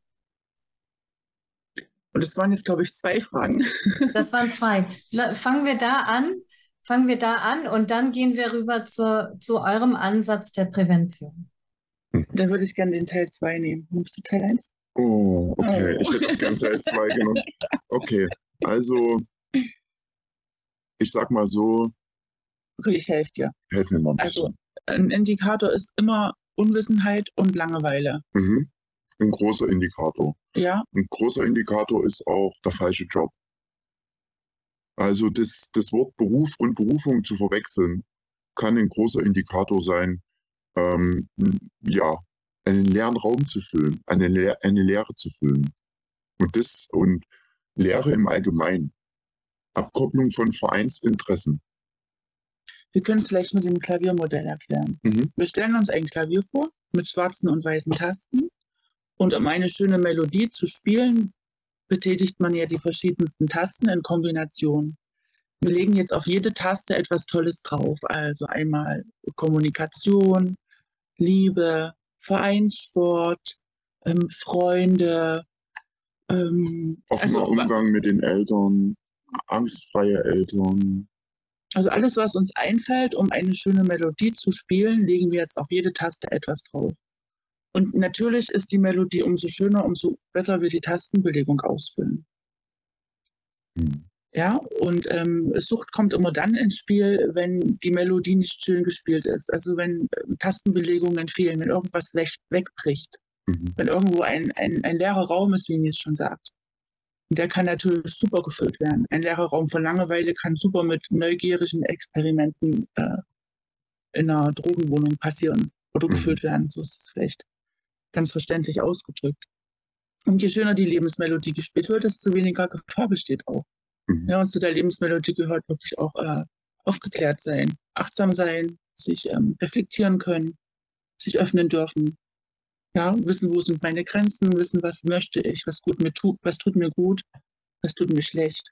Und es waren jetzt, glaube ich, zwei Fragen. Das waren zwei. La- Fangen wir da an, fangen wir da an und dann gehen wir rüber zu, zu eurem Ansatz der Prävention. Da würde ich gerne den Teil zwei nehmen. Nimmst du Teil eins? Oh, okay. Oh. Ich hätte auch gern Teil zwei genommen. Okay, also ich sag mal so, Okay, ich helfe dir. helf mir mal ein Also, bisschen. ein Indikator ist immer Unwissenheit und Langeweile. Mhm. Ein großer Indikator. Ja, Ein großer Indikator ist auch der falsche Job. Also das, das Wort Beruf und Berufung zu verwechseln, kann ein großer Indikator sein, ähm, ja, einen leeren Raum zu füllen, eine, Leer, eine Leere zu füllen. Und das und Lehre im Allgemeinen. Abkopplung von Vereinsinteressen. wir können es vielleicht mit dem Klaviermodell erklären. Mhm. Wir stellen uns ein Klavier vor mit schwarzen und weißen Tasten. Und um eine schöne Melodie zu spielen, betätigt man ja die verschiedensten Tasten in Kombination. Wir legen jetzt auf jede Taste etwas Tolles drauf. Also einmal Kommunikation, Liebe, Vereinssport, ähm, Freunde. Ähm, Offener also, Umgang mit den Eltern, angstfreie Eltern. also alles, was uns einfällt, um eine schöne Melodie zu spielen, legen wir jetzt auf jede Taste etwas drauf. Und natürlich ist die Melodie umso schöner, umso besser wir die Tastenbelegung ausfüllen. Hm. Ja, und ähm, Sucht kommt immer dann ins Spiel, wenn die Melodie nicht schön gespielt ist. Also wenn äh, Tastenbelegungen fehlen, wenn irgendwas weg, wegbricht, Mhm. wenn irgendwo ein, ein, ein leerer Raum ist, wie Nils schon sagt. Und der kann natürlich super gefüllt werden. Ein leerer Raum von Langeweile kann super mit neugierigen Experimenten äh, in einer Drogenwohnung passieren. oder Mhm. gefüllt werden. So ist es vielleicht ganz verständlich ausgedrückt. Und je schöner die Lebensmelodie gespielt wird, desto weniger Gefahr besteht auch. Mhm. Ja, und zu der Lebensmelodie gehört wirklich auch äh, aufgeklärt sein, achtsam sein, sich ähm, reflektieren können, sich öffnen dürfen. Ja, wissen, wo sind meine Grenzen, wissen, was möchte ich, was gut mir tut, was tut mir gut, was tut mir schlecht.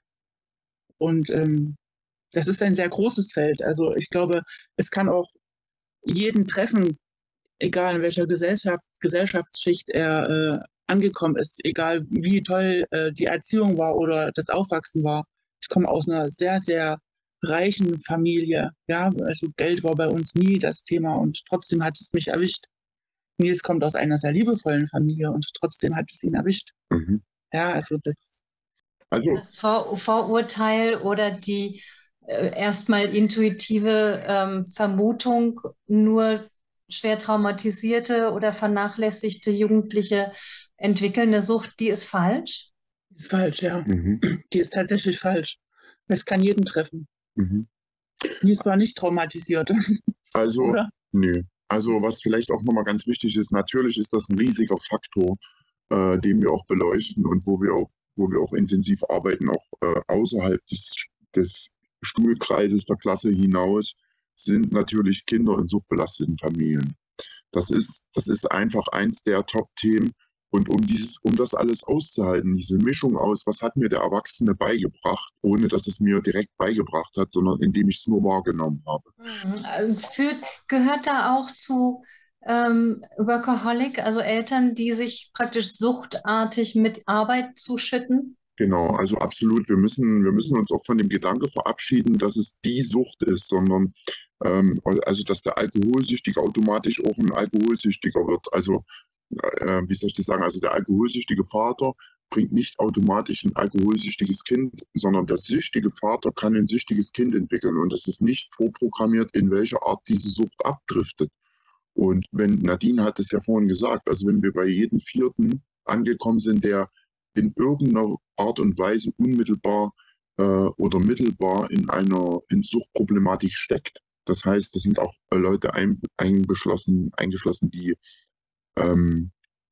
Und ähm, das ist ein sehr großes Feld. Also ich glaube, es kann auch jeden treffen, egal in welcher Gesellschaft, Gesellschaftsschicht er äh, angekommen ist, egal wie toll äh, die Erziehung war oder das Aufwachsen war. Ich komme aus einer sehr, sehr reichen Familie. Ja, also Geld war bei uns nie das Thema und trotzdem hat es mich erwischt. Nils kommt aus einer sehr liebevollen Familie und trotzdem hat es ihn erwischt. Mhm. Ja, also das. Also, Das Vor Vorurteil oder die äh, erstmal intuitive ähm, Vermutung, nur schwer traumatisierte oder vernachlässigte Jugendliche entwickeln eine Sucht, die ist falsch. Ist falsch, ja. mhm. Die ist tatsächlich falsch. Das kann jeden treffen. Mhm. Nils war nicht traumatisiert, Also, oder? nö. Also, was vielleicht auch nochmal ganz wichtig ist, natürlich ist das ein riesiger Faktor, äh, den wir auch beleuchten und wo wir auch, wo wir auch intensiv arbeiten, auch äh, außerhalb des, des Stuhlkreises der Klasse hinaus, sind natürlich Kinder in suchtbelasteten Familien. Das ist, das ist einfach eins der Top-Themen. Und um dieses, um das alles auszuhalten, diese Mischung aus, was hat mir der Erwachsene beigebracht, ohne dass es mir direkt beigebracht hat, sondern indem ich es nur wahrgenommen habe. Mhm. Also Führt, gehört da auch zu ähm, Workaholic, also Eltern, die sich praktisch suchtartig mit Arbeit zuschütten? Genau, also absolut. Wir müssen, wir müssen uns auch von dem Gedanke verabschieden, dass es die Sucht ist, sondern ähm, also dass der Alkoholsüchtige automatisch auch ein Alkoholsüchtiger wird. Also äh, wie soll ich das sagen? Also der alkoholsüchtige Vater bringt nicht automatisch ein alkoholsüchtiges Kind, sondern der süchtige Vater kann ein süchtiges Kind entwickeln und es ist nicht vorprogrammiert, in welcher Art diese Sucht abdriftet. Und wenn Nadine hat es ja vorhin gesagt, also wenn wir bei jedem Vierten angekommen sind, der in irgendeiner Art und Weise unmittelbar äh, oder mittelbar in einer in Suchtproblematik steckt. Das heißt, das sind auch äh, Leute ein, eingeschlossen, eingeschlossen, die ähm,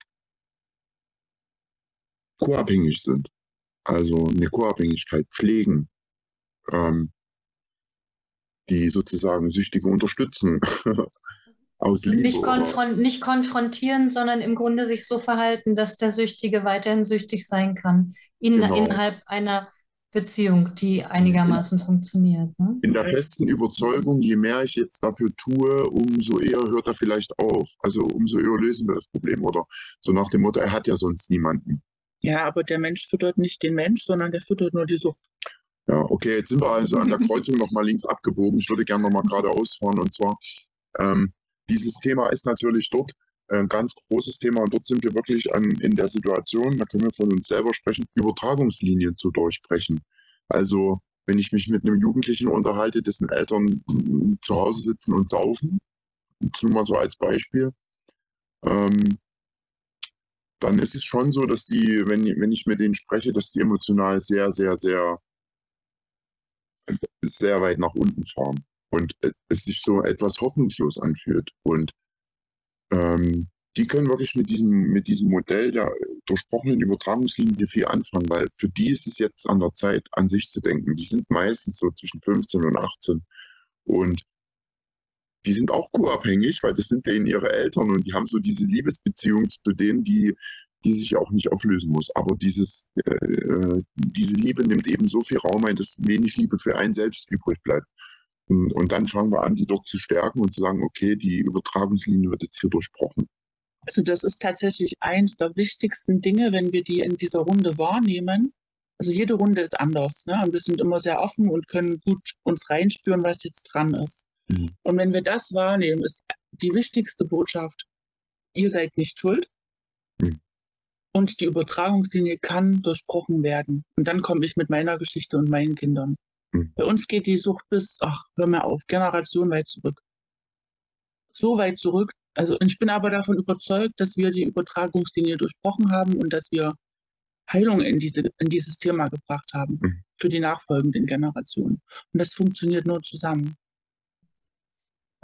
co-abhängig sind, also eine Co-Abhängigkeit pflegen, ähm, die sozusagen Süchtige unterstützen aus Und Liebe nicht, oder konfron nicht konfrontieren, sondern im Grunde sich so verhalten, dass der Süchtige weiterhin süchtig sein kann, in, genau. innerhalb einer Beziehung, die In, einigermaßen funktioniert. Ne? in der festen Überzeugung, je mehr ich jetzt dafür tue, umso eher hört er vielleicht auf. Also umso eher lösen wir das Problem. Oder so nach dem Motto, er hat ja sonst niemanden. Ja, aber der Mensch füttert nicht den Mensch, sondern der füttert nur die Sucht. Ja, okay, jetzt sind wir also an der Kreuzung nochmal links abgebogen. Ich würde gerne nochmal geradeaus fahren. Und zwar, ähm, dieses Thema ist natürlich dort ein ganz großes Thema. Und dort sind wir wirklich an, in der Situation, da können wir von uns selber sprechen, Übertragungslinien zu durchbrechen. Also, wenn ich mich mit einem Jugendlichen unterhalte, dessen Eltern mm, zu Hause sitzen und saufen, nur mal so als Beispiel, ähm, dann ist es schon so, dass die, wenn, wenn ich mit denen spreche, dass die emotional sehr, sehr, sehr sehr weit nach unten fahren und es sich so etwas hoffnungslos anfühlt. Und ähm, die können wirklich mit diesem, mit diesem Modell der durchbrochenen Übertragungslinie viel anfangen, weil für die ist es jetzt an der Zeit, an sich zu denken. Die sind meistens so zwischen fünfzehn und achtzehn und die sind auch co-abhängig, weil das sind denen ihre Eltern und die haben so diese Liebesbeziehung zu denen, die, die sich auch nicht auflösen muss. Aber dieses, äh, diese Liebe nimmt eben so viel Raum ein, dass wenig Liebe für einen selbst übrig bleibt. Und, und dann fangen wir an, die doch zu stärken und zu sagen, okay, die Übertragungslinie wird jetzt hier durchbrochen. Also das ist tatsächlich eins der wichtigsten Dinge, wenn wir die in dieser Runde wahrnehmen. Also jede Runde ist anders, ne? Und wir sind immer sehr offen und können gut uns reinspüren, was jetzt dran ist. Mhm. Und wenn wir das wahrnehmen, ist die wichtigste Botschaft, ihr seid nicht schuld. Mhm. Und die Übertragungslinie kann durchbrochen werden. Und dann komme ich mit meiner Geschichte und meinen Kindern. Mhm. Bei uns geht die Sucht bis, ach, hör mir auf, Generation weit zurück. So weit zurück. Also ich bin aber davon überzeugt, dass wir die Übertragungslinie durchbrochen haben und dass wir Heilung in, diese, in dieses Thema gebracht haben Mhm. für die nachfolgenden Generationen. Und das funktioniert nur zusammen.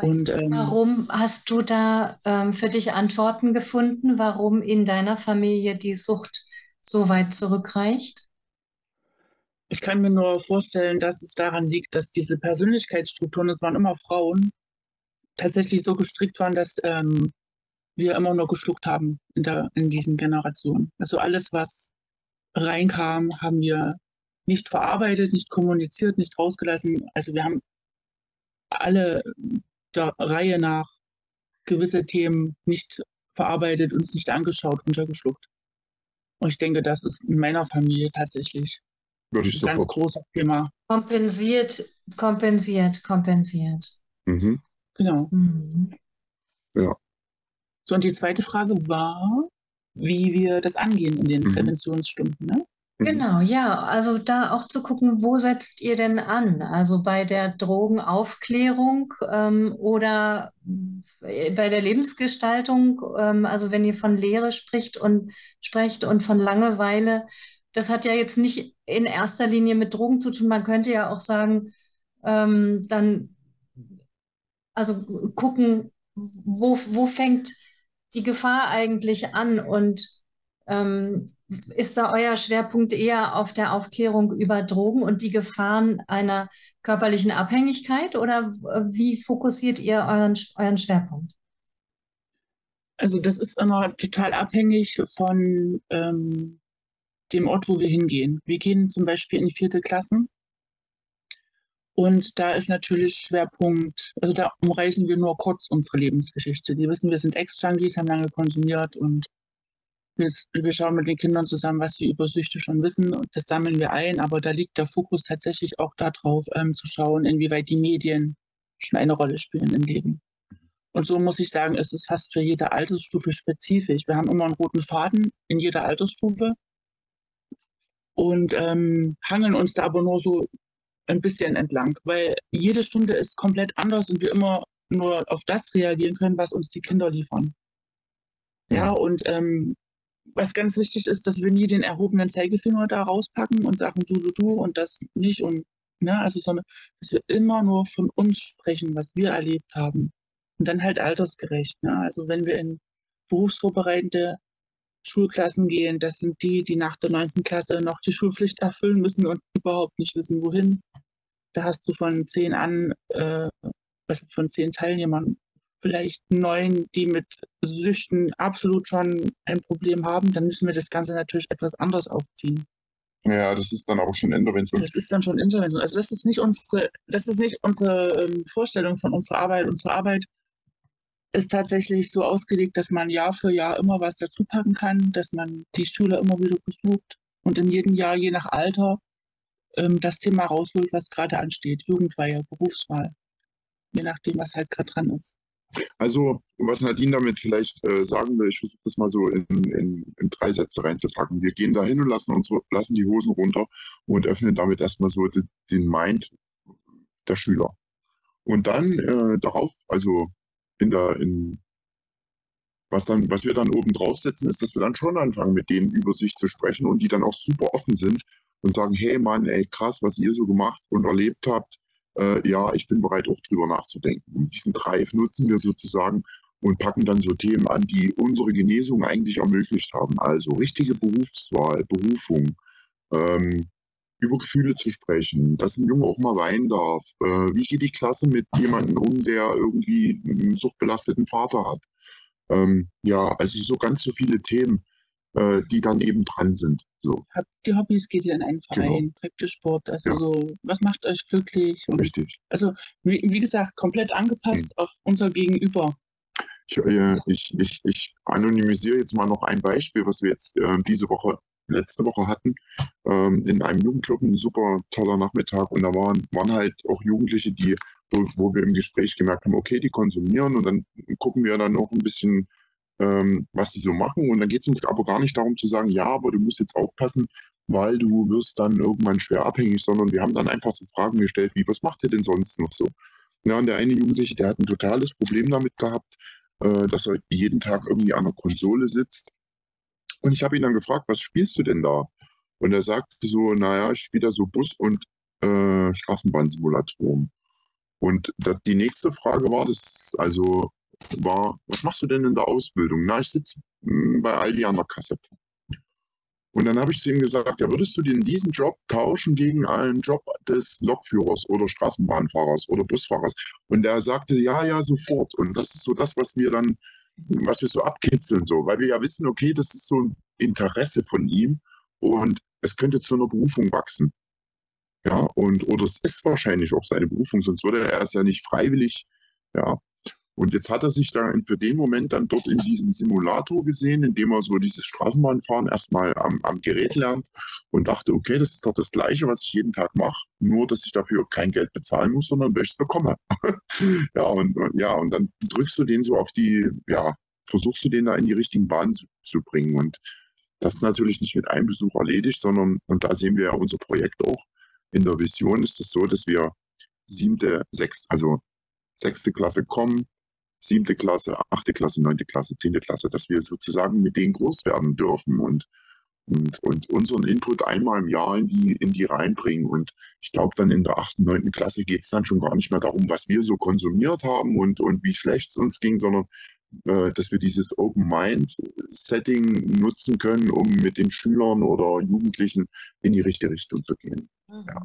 Und ähm, Warum hast du da ähm, für dich Antworten gefunden, warum in deiner Familie die Sucht so weit zurückreicht? ich kann mir nur vorstellen, dass es daran liegt, dass diese Persönlichkeitsstrukturen, es waren immer Frauen, tatsächlich so gestrickt waren, dass ähm, wir immer nur geschluckt haben in, der, in diesen Generationen. Also alles, was reinkam, haben wir nicht verarbeitet, nicht kommuniziert, nicht rausgelassen. Also wir haben alle der Reihe nach gewisse Themen nicht verarbeitet, uns nicht angeschaut, runtergeschluckt. Und ich denke, das ist in meiner Familie tatsächlich Würde ich ein ganz sofort. großes Thema. Kompensiert, kompensiert, kompensiert. Mhm. Genau. Mhm. Ja. So, und die zweite Frage war, wie wir das angehen in den Mhm. Präventionsstunden. Ne? Mhm. Genau, ja, also da auch zu gucken, wo setzt ihr denn an? Also bei der Drogenaufklärung ähm, oder äh, bei der Lebensgestaltung, ähm, also wenn ihr von Lehre spricht und sprecht und von Langeweile, das hat ja jetzt nicht in erster Linie mit Drogen zu tun. Man könnte ja auch sagen, ähm, dann also gucken, wo, wo fängt die Gefahr eigentlich an und ähm, ist da euer Schwerpunkt eher auf der Aufklärung über Drogen und die Gefahren einer körperlichen Abhängigkeit oder wie fokussiert ihr euren, euren Schwerpunkt? Also das ist immer total abhängig von ähm, dem Ort, wo wir hingehen. Wir gehen zum Beispiel in die vierte Klassen und da ist natürlich Schwerpunkt, also da umreißen wir nur kurz unsere Lebensgeschichte. Die wissen, wir sind Ex-Junkies, haben lange konsumiert und wir, wir schauen mit den Kindern zusammen, was sie über Süchte schon wissen und das sammeln wir ein, aber da liegt der Fokus tatsächlich auch darauf, ähm, zu schauen, inwieweit die Medien schon eine Rolle spielen im Leben. Und so muss ich sagen, ist es fast für jede Altersstufe spezifisch. Wir haben immer einen roten Faden in jeder Altersstufe und ähm, hangeln uns da aber nur so ein bisschen entlang, weil jede Stunde ist komplett anders und wir immer nur auf das reagieren können, was uns die Kinder liefern. Ja, und ähm, was ganz wichtig ist, dass wir nie den erhobenen Zeigefinger da rauspacken und sagen, du, du, du und das nicht und ne, also sondern dass wir immer nur von uns sprechen, was wir erlebt haben. Und dann halt altersgerecht. Ne? Also wenn wir in berufsvorbereitende Schulklassen gehen, das sind die, die nach der neunten Klasse noch die Schulpflicht erfüllen müssen und überhaupt nicht wissen, wohin. Da hast du von zehn an, äh, also von zehn Teilnehmern vielleicht neun, die mit Süchten absolut schon ein Problem haben, dann müssen wir das Ganze natürlich etwas anders aufziehen. Ja, das ist dann aber schon Intervention. Das ist dann schon Intervention. Also das ist nicht unsere, das ist nicht unsere ähm, Vorstellung von unserer Arbeit. Unsere Arbeit ist tatsächlich so ausgelegt, dass man Jahr für Jahr immer was dazu packen kann, dass man die Schüler immer wieder besucht und in jedem Jahr, je nach Alter, ähm, das Thema rausholt, was gerade ansteht. Jugendweihe, Berufswahl, je nachdem, was halt gerade dran ist. Also, was Nadine damit vielleicht äh, sagen will, ich versuche das mal so in, in, in drei Sätze reinzupacken. Wir gehen da hin und lassen, unsere, lassen die Hosen runter und öffnen damit erstmal so die, den Mind der Schüler. Und dann äh, darauf, also in der, in, was dann, was wir dann oben draufsetzen, ist, dass wir dann schon anfangen, mit denen über sich zu sprechen und die dann auch super offen sind und sagen, hey Mann, ey, krass, was ihr so gemacht und erlebt habt. Äh, ja, ich bin bereit, auch drüber nachzudenken. Und diesen Drive nutzen wir sozusagen und packen dann so Themen an, die unsere Genesung eigentlich ermöglicht haben. Also richtige Berufswahl, Berufung, ähm, über Gefühle zu sprechen, dass ein Junge auch mal weinen darf. Äh, wie geht die Klasse mit jemandem um, der irgendwie einen suchtbelasteten Vater hat? Ähm, ja, also so ganz so viele Themen, äh, die dann eben dran sind. So. Die Hobbys geht ihr in einen Verein, Genau. treibt ihr Sport, also Ja. so, was macht euch glücklich? Und Richtig. also, wie, wie gesagt, komplett angepasst auf unser Gegenüber. Ich, äh, ich, ich, ich anonymisiere jetzt mal noch ein Beispiel, was wir jetzt äh, diese Woche, letzte Woche hatten, ähm, in einem Jugendclub, ein super toller Nachmittag und da waren, waren halt auch Jugendliche, die, wo, wo wir im Gespräch gemerkt haben, okay, die konsumieren und dann gucken wir dann noch ein bisschen, ähm, was die so machen und dann geht es uns aber gar nicht darum zu sagen, ja, aber du musst jetzt aufpassen, weil du wirst dann irgendwann schwer abhängig, sondern wir haben dann einfach so Fragen gestellt, wie, was macht ihr denn sonst noch so? Ja, und der eine Jugendliche, der hat ein totales Problem damit gehabt, äh, dass er jeden Tag irgendwie an der Konsole sitzt. Und ich habe ihn dann gefragt, was spielst du denn da? Und er sagte so, naja, ich spiele da so Bus- und äh, Straßenbahnsimulatoren. Und das, die nächste Frage war, das also war, was machst du denn in der Ausbildung? Na, ich sitze bei Aldi an der Kasse. Und dann habe ich zu ihm gesagt, ja, würdest du denn diesen Job tauschen gegen einen Job des Lokführers oder Straßenbahnfahrers oder Busfahrers? Und er sagte, ja, ja, sofort. Und das ist so das, was wir dann, was wir so abkitzeln, so, weil wir ja wissen, okay, das ist so ein Interesse von ihm und es könnte zu einer Berufung wachsen. Ja, und oder es ist wahrscheinlich auch seine Berufung, sonst würde er es ja nicht freiwillig, ja. Und jetzt hat er sich da für den Moment dann dort in diesen Simulator gesehen, in dem er so dieses Straßenbahnfahren erstmal am, am Gerät lernt und dachte, okay, das ist doch das Gleiche, was ich jeden Tag mache, nur dass ich dafür kein Geld bezahlen muss, sondern weil ich es bekomme. ja, und, und ja, und dann drückst du den so auf die, ja, versuchst du den da in die richtigen Bahnen zu, zu bringen. Und das ist natürlich nicht mit einem Besuch erledigt, sondern, und da sehen wir ja unser Projekt auch, in der Vision ist es so, dass wir siebte, sechste, also sechste Klasse kommen, siebte Klasse, achte Klasse, neunte Klasse, zehnte Klasse, dass wir sozusagen mit denen groß werden dürfen und, und, und unseren Input einmal im Jahr in die, in die reinbringen. Und ich glaube, dann in der achten, neunten Klasse geht es dann schon gar nicht mehr darum, was wir so konsumiert haben und, und wie schlecht es uns ging, sondern äh, dass wir dieses Open-Mind-Setting nutzen können, um mit den Schülern oder Jugendlichen in die richtige Richtung zu gehen. Mhm. Ja.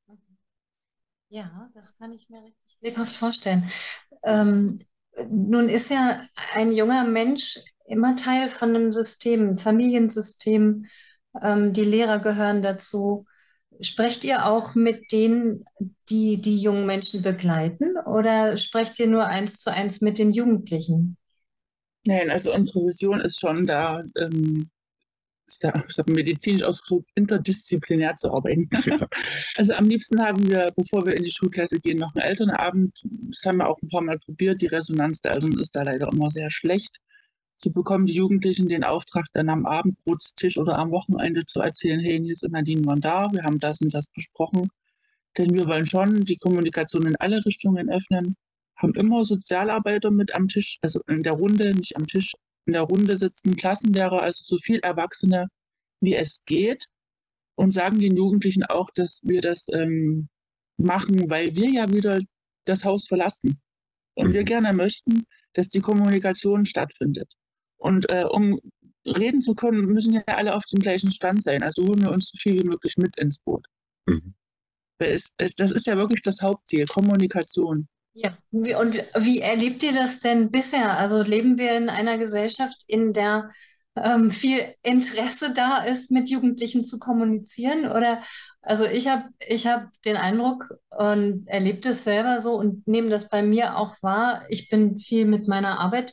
Ja, das kann ich mir richtig lebhaft vorstellen. Ähm, nun ist ja ein junger Mensch immer Teil von einem System, ein Familiensystem. Ähm, die Lehrer gehören dazu. Sprecht ihr auch mit denen, die die jungen Menschen begleiten, oder sprecht ihr nur eins zu eins mit den Jugendlichen? Nein, also unsere Vision ist schon da, ähm, ist da, ich habe medizinisch ausgedrückt, interdisziplinär zu arbeiten. Also am liebsten haben wir, bevor wir in die Schulklasse gehen, noch einen Elternabend. Das haben wir auch ein paar Mal probiert. Die Resonanz der Eltern ist da leider immer sehr schlecht. So bekommen die Jugendlichen den Auftrag, dann am Abendbrotstisch oder am Wochenende zu erzählen, hey, Nils und Nadine waren da, wir haben das und das besprochen. Denn wir wollen schon die Kommunikation in alle Richtungen öffnen, haben immer Sozialarbeiter mit am Tisch, also in der Runde, nicht am Tisch, in der Runde sitzen Klassenlehrer, also so viel Erwachsene, wie es geht, und sagen den Jugendlichen auch, dass wir das ähm, machen, weil wir ja wieder das Haus verlassen. Und wir Mhm. gerne möchten, dass die Kommunikation stattfindet. Und äh, um reden zu können, müssen ja alle auf dem gleichen Stand sein. Also holen wir uns so viel wie möglich mit ins Boot. Mhm. Weil es, es, das ist ja wirklich das Hauptziel, Kommunikation. Ja, wie, und wie erlebt ihr das denn bisher? Also leben wir in einer Gesellschaft, in der ähm, viel Interesse da ist, mit Jugendlichen zu kommunizieren? Oder also ich habe ich hab den Eindruck und erlebe das selber so und nehme das bei mir auch wahr. Ich bin viel mit meiner Arbeit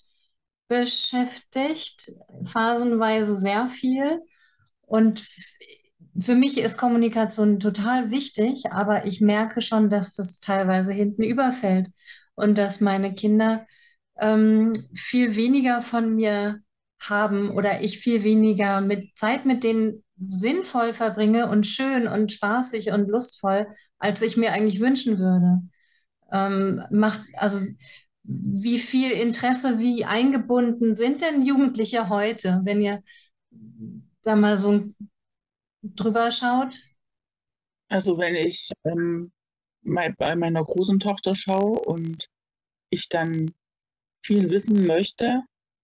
beschäftigt, phasenweise sehr viel. Und f- für mich ist Kommunikation total wichtig, aber ich merke schon, dass das teilweise hinten überfällt und dass meine Kinder ähm, viel weniger von mir haben oder ich viel weniger mit Zeit mit denen sinnvoll verbringe und schön und spaßig und lustvoll, als ich mir eigentlich wünschen würde. Ähm, macht, also wie viel Interesse, wie eingebunden sind denn Jugendliche heute, wenn ihr da mal so drüber schaut? Also wenn ich ähm, mei- bei meiner großen Tochter schaue und ich dann viel wissen möchte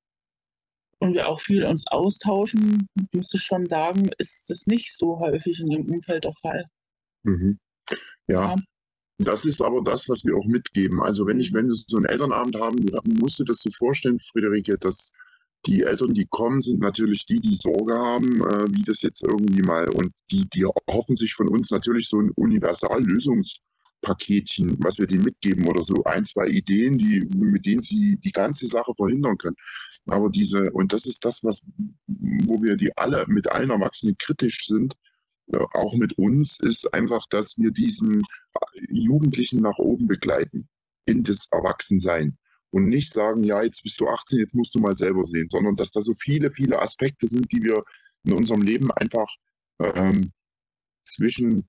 und wir auch viel uns austauschen, muss ich schon sagen, ist das nicht so häufig in ihrem Umfeld der Fall. Mhm. Ja, Ja. das ist aber das, was wir auch mitgeben. Also wenn ich, wenn wir so einen Elternabend haben, du musst dir das so vorstellen, Friederike, dass die Eltern, die kommen, sind natürlich die, die Sorge haben, äh, wie das jetzt irgendwie mal, und die, die hoffen sich von uns natürlich so ein Universallösungspaketchen, was wir denen mitgeben oder so ein, zwei Ideen, die, mit denen sie die ganze Sache verhindern können. Aber diese, und das ist das, was, wo wir die alle mit allen Erwachsenen kritisch sind, äh, auch mit uns, ist einfach, dass wir diesen Jugendlichen nach oben begleiten in das Erwachsensein und nicht sagen, ja, jetzt bist du achtzehn, jetzt musst du mal selber sehen, sondern dass da so viele, viele Aspekte sind, die wir in unserem Leben einfach ähm, zwischen,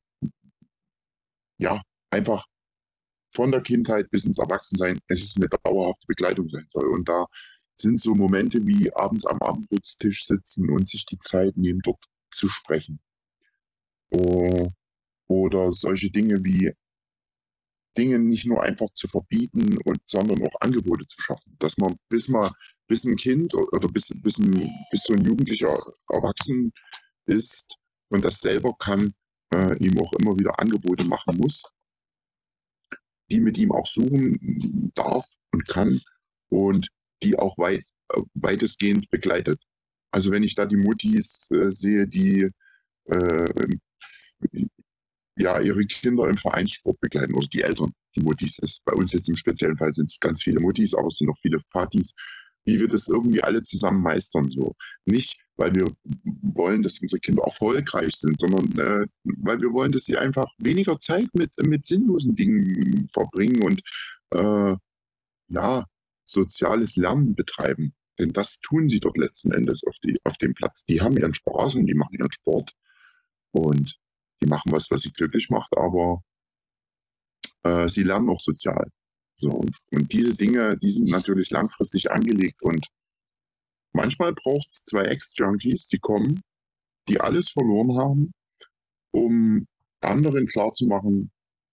ja, einfach von der Kindheit bis ins Erwachsensein, es ist eine dauerhafte Begleitung sein soll. Und da sind so Momente wie abends am Abendbrotstisch sitzen und sich die Zeit nehmen, dort zu sprechen. Oh, oder solche Dinge wie Dinge nicht nur einfach zu verbieten, und, sondern auch Angebote zu schaffen. Dass man, bis man, bis ein Kind oder bis, bis, ein, bis so ein Jugendlicher erwachsen ist und das selber kann, äh, ihm auch immer wieder Angebote machen muss, die mit ihm auch suchen darf und kann und die auch weit, äh, weitestgehend begleitet. Also wenn ich da die Muttis äh, sehe, die äh, ja ihre Kinder im Vereinssport begleiten oder die Eltern, die Muttis, ist bei uns jetzt im speziellen Fall sind es ganz viele Muttis, aber es sind auch viele Patis, wie wir das irgendwie alle zusammen meistern. So. Nicht, weil wir wollen, dass unsere Kinder erfolgreich sind, sondern äh, weil wir wollen, dass sie einfach weniger Zeit mit, mit sinnlosen Dingen verbringen und äh, ja, soziales Lernen betreiben. Denn das tun sie dort letzten Endes auf, die, auf dem Platz. Die haben ihren Spaß und die machen ihren Sport und die machen was, was sie glücklich macht, aber äh, sie lernen auch sozial. So, und, und diese Dinge, die sind natürlich langfristig angelegt und manchmal braucht es zwei Ex-Junkies, die kommen, die alles verloren haben, um anderen klarzumachen,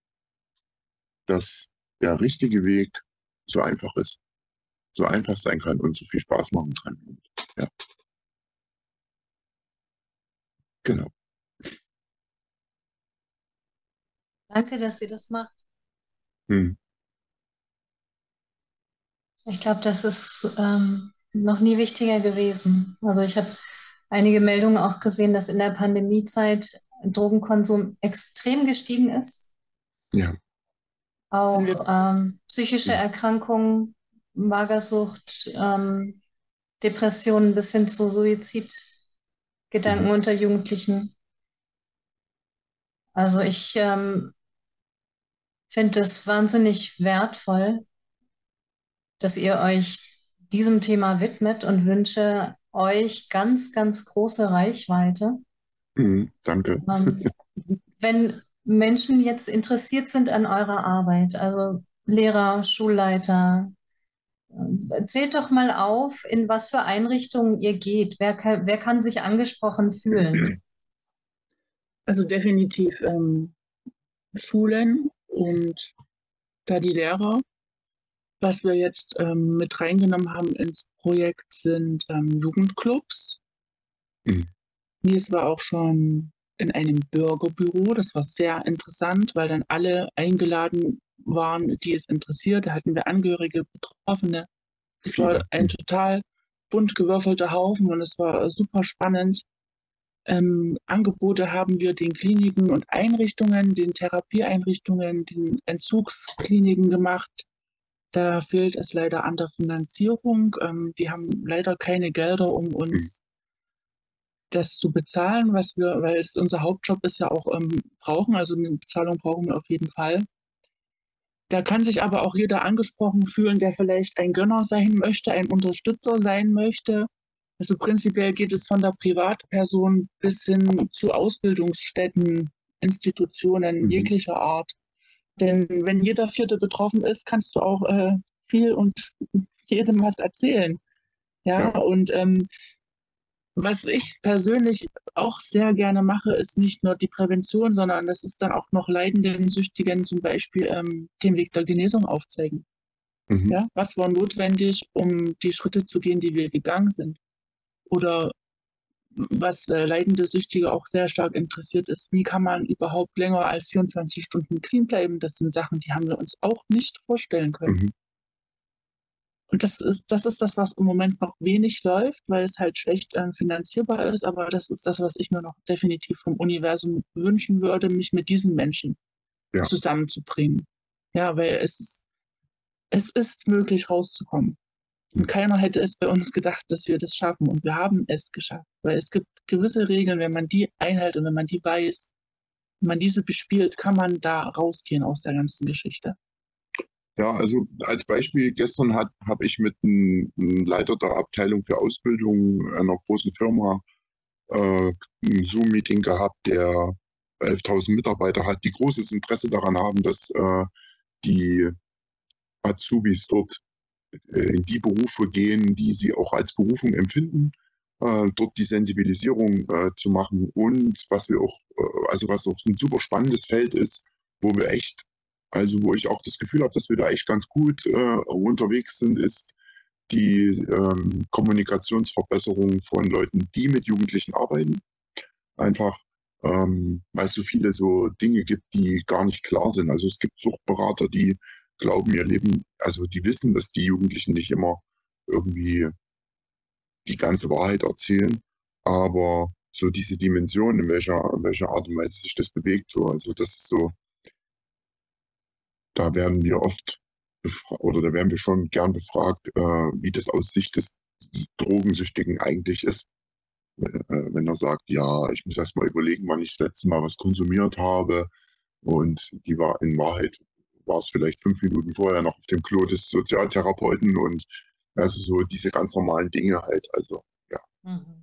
dass der richtige Weg so einfach ist, so einfach sein kann und so viel Spaß machen kann. Und, ja. Genau. Danke, dass ihr das macht. Hm. Ich glaube, das ist ähm, noch nie wichtiger gewesen. Also ich habe einige Meldungen auch gesehen, dass in der Pandemiezeit Drogenkonsum extrem gestiegen ist. Ja. Auch ähm, psychische Erkrankungen, Magersucht, ähm, Depressionen bis hin zu Suizidgedanken Mhm. unter Jugendlichen. Also ich ähm, finde es wahnsinnig wertvoll, dass ihr euch diesem Thema widmet und wünsche euch ganz, ganz große Reichweite. Mhm. Danke. Ähm, wenn Menschen jetzt interessiert sind an eurer Arbeit, also Lehrer, Schulleiter, äh, zählt doch mal auf, in was für Einrichtungen ihr geht. Wer kann, wer kann sich angesprochen fühlen? Also definitiv ähm, Schulen und da die Lehrer. Was wir jetzt ähm, mit reingenommen haben ins Projekt sind ähm, Jugendclubs. Mhm. Dies war auch schon in einem Bürgerbüro. Das war sehr interessant, weil dann alle eingeladen waren, die es interessiert. Da hatten wir Angehörige, Betroffene. Es war ein total bunt gewürfelter Haufen und es war super spannend. Ähm, Angebote haben wir den Kliniken und Einrichtungen, den Therapieeinrichtungen, den Entzugskliniken gemacht. Da fehlt es leider an der Finanzierung. Ähm, die haben leider keine Gelder, um uns das zu bezahlen, was wir, weil es unser Hauptjob ist, ja auch ähm, brauchen. Also eine Bezahlung brauchen wir auf jeden Fall. Da kann sich aber auch jeder angesprochen fühlen, der vielleicht ein Gönner sein möchte, ein Unterstützer sein möchte. Also prinzipiell geht es von der Privatperson bis hin zu Ausbildungsstätten, Institutionen Mhm. jeglicher Art. Denn wenn jeder Vierte betroffen ist, kannst du auch äh, viel und jedem was erzählen. Ja, Ja. und ähm, was ich persönlich auch sehr gerne mache, ist nicht nur die Prävention, sondern das ist dann auch noch leidenden Süchtigen zum Beispiel ähm, den Weg der Genesung aufzeigen. Mhm. Ja, was war notwendig, um die Schritte zu gehen, die wir gegangen sind? Oder was äh, leidende Süchtige auch sehr stark interessiert ist, wie kann man überhaupt länger als vierundzwanzig Stunden clean bleiben? Das sind Sachen, die haben wir uns auch nicht vorstellen können. Mhm. Und das ist, das ist das, was im Moment noch wenig läuft, weil es halt schlecht ähm, finanzierbar ist. Aber das ist das, was ich mir noch definitiv vom Universum wünschen würde, mich mit diesen Menschen Ja. zusammenzubringen. Ja, weil es ist, es ist möglich, rauszukommen. Und keiner hätte es bei uns gedacht, dass wir das schaffen. Und wir haben es geschafft. Weil es gibt gewisse Regeln, wenn man die einhält und wenn man die weiß, wenn man diese bespielt, kann man da rausgehen aus der ganzen Geschichte. Ja, also als Beispiel, gestern habe ich mit einem Leiter der Abteilung für Ausbildung einer großen Firma äh, ein Zoom-Meeting gehabt, der elftausend Mitarbeiter hat, die großes Interesse daran haben, dass äh, die Azubis dort äh, in die Berufe gehen, die sie auch als Berufung empfinden, äh, dort die Sensibilisierung äh, zu machen und was wir auch, äh, also was auch ein super spannendes Feld ist, wo wir echt also wo ich auch das Gefühl habe, dass wir da echt ganz gut äh, unterwegs sind, ist die ähm, Kommunikationsverbesserung von Leuten, die mit Jugendlichen arbeiten. Einfach, ähm, weil es so viele so Dinge gibt, die gar nicht klar sind. Also es gibt Suchtberater, die glauben, ihr Leben, also die wissen, dass die Jugendlichen nicht immer irgendwie die ganze Wahrheit erzählen, aber so diese Dimension, in welcher, in welcher Art und Weise sich das bewegt, so, also das ist so, da werden wir oft befragt, oder da werden wir schon gern befragt, äh, wie das aus Sicht des Drogensüchtigen eigentlich ist. Äh, wenn er sagt, ja, ich muss erst mal überlegen, wann ich das letzte Mal was konsumiert habe. Und die war in Wahrheit, war es vielleicht fünf Minuten vorher noch auf dem Klo des Sozialtherapeuten und also so diese ganz normalen Dinge halt. Also ja. Mhm.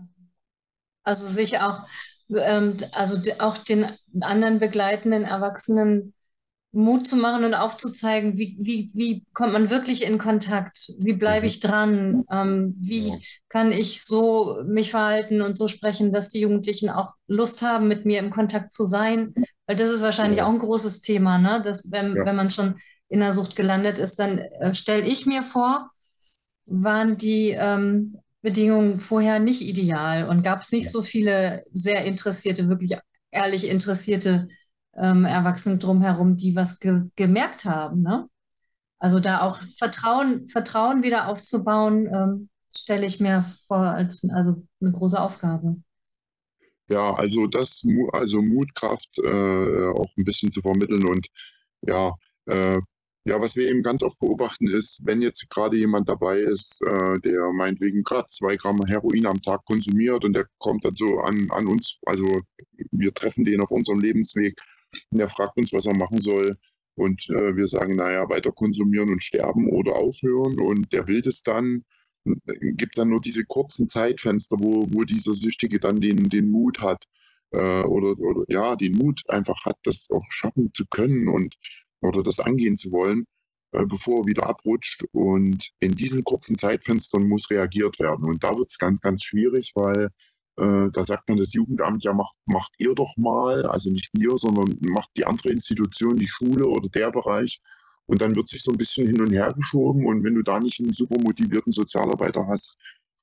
Also sich auch, ähm, also de- auch den anderen begleitenden Erwachsenen Mut zu machen und aufzuzeigen, wie, wie, wie kommt man wirklich in Kontakt? Wie bleibe Mhm. ich dran? Ähm, Ja. wie kann ich so mich verhalten und so sprechen, dass die Jugendlichen auch Lust haben, mit mir im Kontakt zu sein? Weil das ist wahrscheinlich Ja. auch ein großes Thema, ne? Dass wenn, Ja. wenn man schon in der Sucht gelandet ist, dann äh, stelle ich mir vor, waren die ähm, Bedingungen vorher nicht ideal und gab es nicht so viele sehr interessierte, wirklich ehrlich interessierte ähm, Erwachsene drumherum, die was ge gemerkt haben, ne? Also da auch Vertrauen, Vertrauen wieder aufzubauen, ähm, stelle ich mir vor als also eine große Aufgabe. Ja, also das, Mu- also Mutkraft äh, auch ein bisschen zu vermitteln und ja, äh, ja, was wir eben ganz oft beobachten ist, wenn jetzt gerade jemand dabei ist, äh, der meinetwegen gerade zwei Gramm Heroin am Tag konsumiert und der kommt dann so an, an uns, also wir treffen den auf unserem Lebensweg und der fragt uns, was er machen soll und äh, wir sagen, naja, weiter konsumieren und sterben oder aufhören und der will das dann gibt es dann nur diese kurzen Zeitfenster, wo, wo dieser Süchtige dann den, den Mut hat äh, oder, oder ja, den Mut einfach hat, das auch schaffen zu können und oder das angehen zu wollen, äh, bevor er wieder abrutscht. Und in diesen kurzen Zeitfenstern muss reagiert werden. Und da wird es ganz, ganz schwierig, weil äh, da sagt dann das Jugendamt, ja, macht, macht ihr doch mal, also nicht wir, sondern macht die andere Institution, die Schule oder der Bereich. Und dann wird sich so ein bisschen hin und her geschoben. Und wenn du da nicht einen super motivierten Sozialarbeiter hast,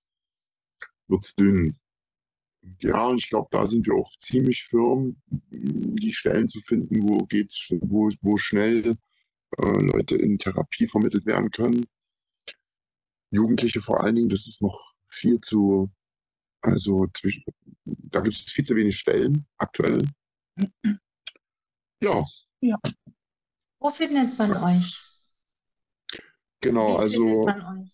wird's dünn. Ja, und ich glaube, da sind wir auch ziemlich firm, die Stellen zu finden, wo geht's, wo, wo schnell äh, Leute in Therapie vermittelt werden können. Jugendliche vor allen Dingen, das ist noch viel zu, also zwischen, da gibt es viel zu wenig Stellen aktuell. Ja, Ja. Wo findet man euch? genau, Wie findet also man euch?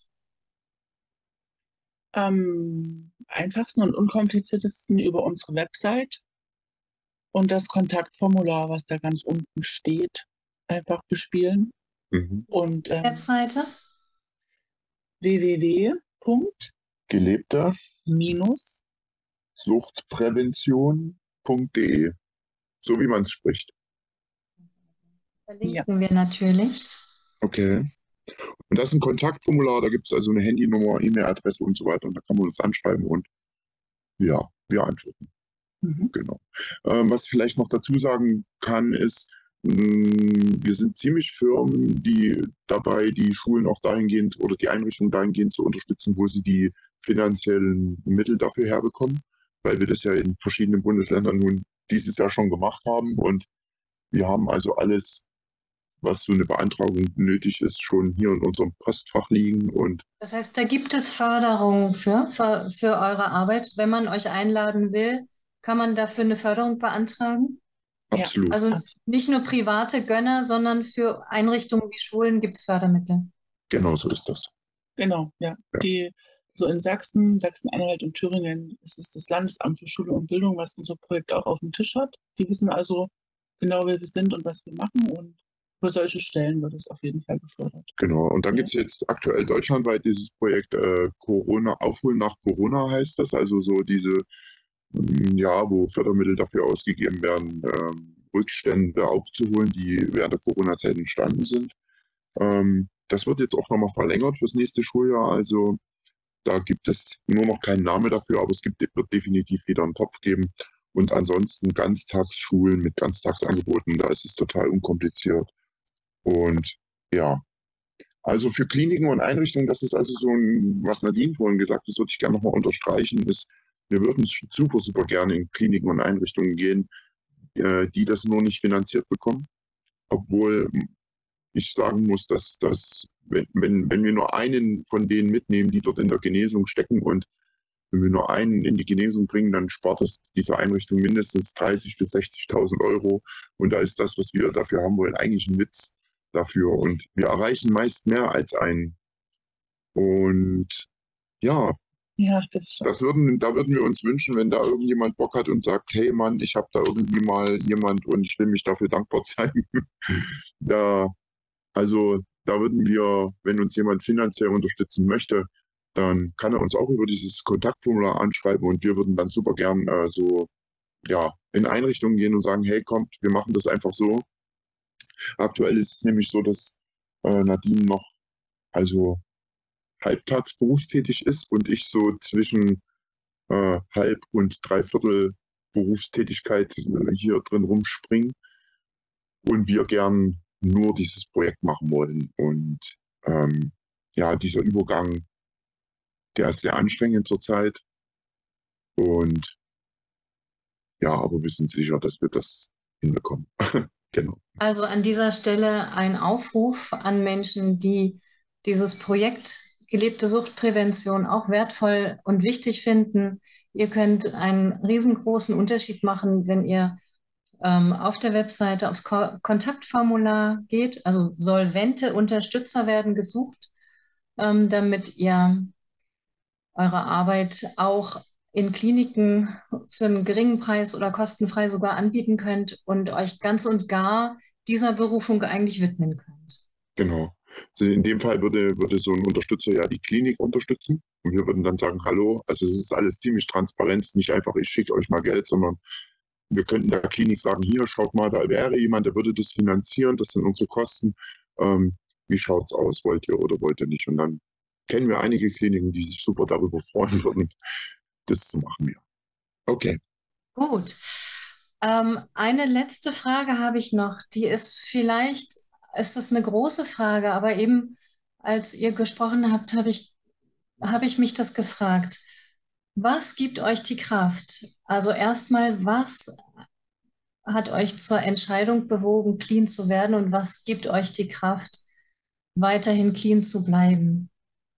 Am einfachsten und unkompliziertesten über unsere Website und das Kontaktformular, was da ganz unten steht, einfach bespielen. mhm. Und ähm, Webseite? w w w Punkt gelebter minus Suchtprävention Punkt de, so wie man es spricht. Verlinken wir natürlich. Okay. Und das ist ein Kontaktformular, da gibt es also eine Handynummer, E-Mail-Adresse und so weiter. Und da kann man uns anschreiben und ja, wir antworten. Mhm. Genau. Ähm, was ich vielleicht noch dazu sagen kann, ist, mh, wir sind ziemlich firm, die dabei, die Schulen auch dahingehend oder die Einrichtungen dahingehend zu unterstützen, wo sie die finanziellen Mittel dafür herbekommen, weil wir das ja in verschiedenen Bundesländern nun dieses Jahr schon gemacht haben. Und wir haben also alles, was so eine Beantragung nötig ist, schon hier in unserem Postfach liegen. Und Das heißt, da gibt es Förderung für, für, für eure Arbeit. Wenn man euch einladen will, kann man dafür eine Förderung beantragen? Ja, absolut, Also absolut. nicht nur private Gönner, sondern für Einrichtungen wie Schulen gibt es Fördermittel. genau so ist das. Genau, ja. Ja. Die, so in Sachsen, Sachsen-Anhalt und Thüringen ist es das Landesamt für Schule und Bildung, was unser Projekt auch auf dem Tisch hat. Die wissen also genau, wer wir sind und was wir machen. Und für solche Stellen wird es auf jeden Fall gefördert. Genau, und dann Ja. gibt es jetzt aktuell deutschlandweit dieses Projekt äh, Corona, Aufholen nach Corona heißt das, also so diese, mm, ja, wo Fördermittel dafür ausgegeben werden, ähm, Rückstände aufzuholen, die während der Corona-Zeit entstanden sind. Ähm, das wird jetzt auch nochmal verlängert fürs nächste Schuljahr, also da gibt es nur noch keinen Namen dafür, aber es gibt, wird definitiv wieder einen Topf geben Und ansonsten Ganztagsschulen mit Ganztagsangeboten, da ist es total unkompliziert. Und ja, also für Kliniken und Einrichtungen, das ist also so ein, was Nadine vorhin gesagt hat, das würde ich gerne nochmal unterstreichen, ist, wir würden super, super gerne in Kliniken und Einrichtungen gehen, äh, die das nur nicht finanziert bekommen. Obwohl ich sagen muss, dass, dass wenn, wenn, wenn wir nur einen von denen mitnehmen, die dort in der Genesung stecken und wenn wir nur einen in die Genesung bringen, dann spart es dieser Einrichtung mindestens dreißigtausend bis sechzigtausend Euro. Und da ist das, was wir dafür haben wollen, eigentlich ein Witz dafür. Und wir erreichen meist mehr als einen. Und ja, Ja, das stimmt. das würden, da würden wir uns wünschen, wenn da irgendjemand Bock hat und sagt, hey Mann, ich habe da irgendwie mal jemand und ich will mich dafür dankbar zeigen. da, also da würden wir, wenn uns jemand finanziell unterstützen möchte, dann kann er uns auch über dieses Kontaktformular anschreiben und wir würden dann super gern äh, so ja, in Einrichtungen gehen und sagen, hey, kommt, wir machen das einfach so. Aktuell ist es nämlich so, dass äh, Nadine noch also halbtags berufstätig ist und ich so zwischen äh, halb und dreiviertel Berufstätigkeit äh, hier drin rumspringen und wir gern nur dieses Projekt machen wollen. Und ähm, ja, dieser Übergang, der ist sehr anstrengend zurzeit. Und ja, aber wir sind sicher, dass wir das hinbekommen. Genau. Also an dieser Stelle ein Aufruf an Menschen, die dieses Projekt gelebte Suchtprävention auch wertvoll und wichtig finden. Ihr könnt einen riesengroßen Unterschied machen, wenn ihr ähm, auf der Webseite aufs Ko Kontaktformular geht. Also solvente Unterstützer werden gesucht, ähm, damit ihr eure Arbeit auch in Kliniken für einen geringen Preis oder kostenfrei sogar anbieten könnt und euch ganz und gar dieser Berufung eigentlich widmen könnt. Genau. Also in dem Fall würde, würde so ein Unterstützer ja die Klinik unterstützen und wir würden dann sagen, hallo, also es ist alles ziemlich transparent, es ist nicht einfach, ich schicke euch mal Geld, sondern wir könnten der Klinik sagen, hier, schaut mal, da wäre jemand, der würde das finanzieren, das sind unsere Kosten. Ähm, wie schaut's aus, wollt ihr oder wollt ihr nicht? Und dann kennen wir einige Kliniken, die sich super darüber freuen würden, das zu machen, ja. Okay. Gut. Ähm, eine letzte Frage habe ich noch. Die ist vielleicht, ist es eine große Frage, aber eben als ihr gesprochen habt, habe ich, habe ich mich das gefragt. Was gibt euch die Kraft? Also erstmal, was hat euch zur Entscheidung bewogen, clean zu werden und was gibt euch die Kraft, weiterhin clean zu bleiben?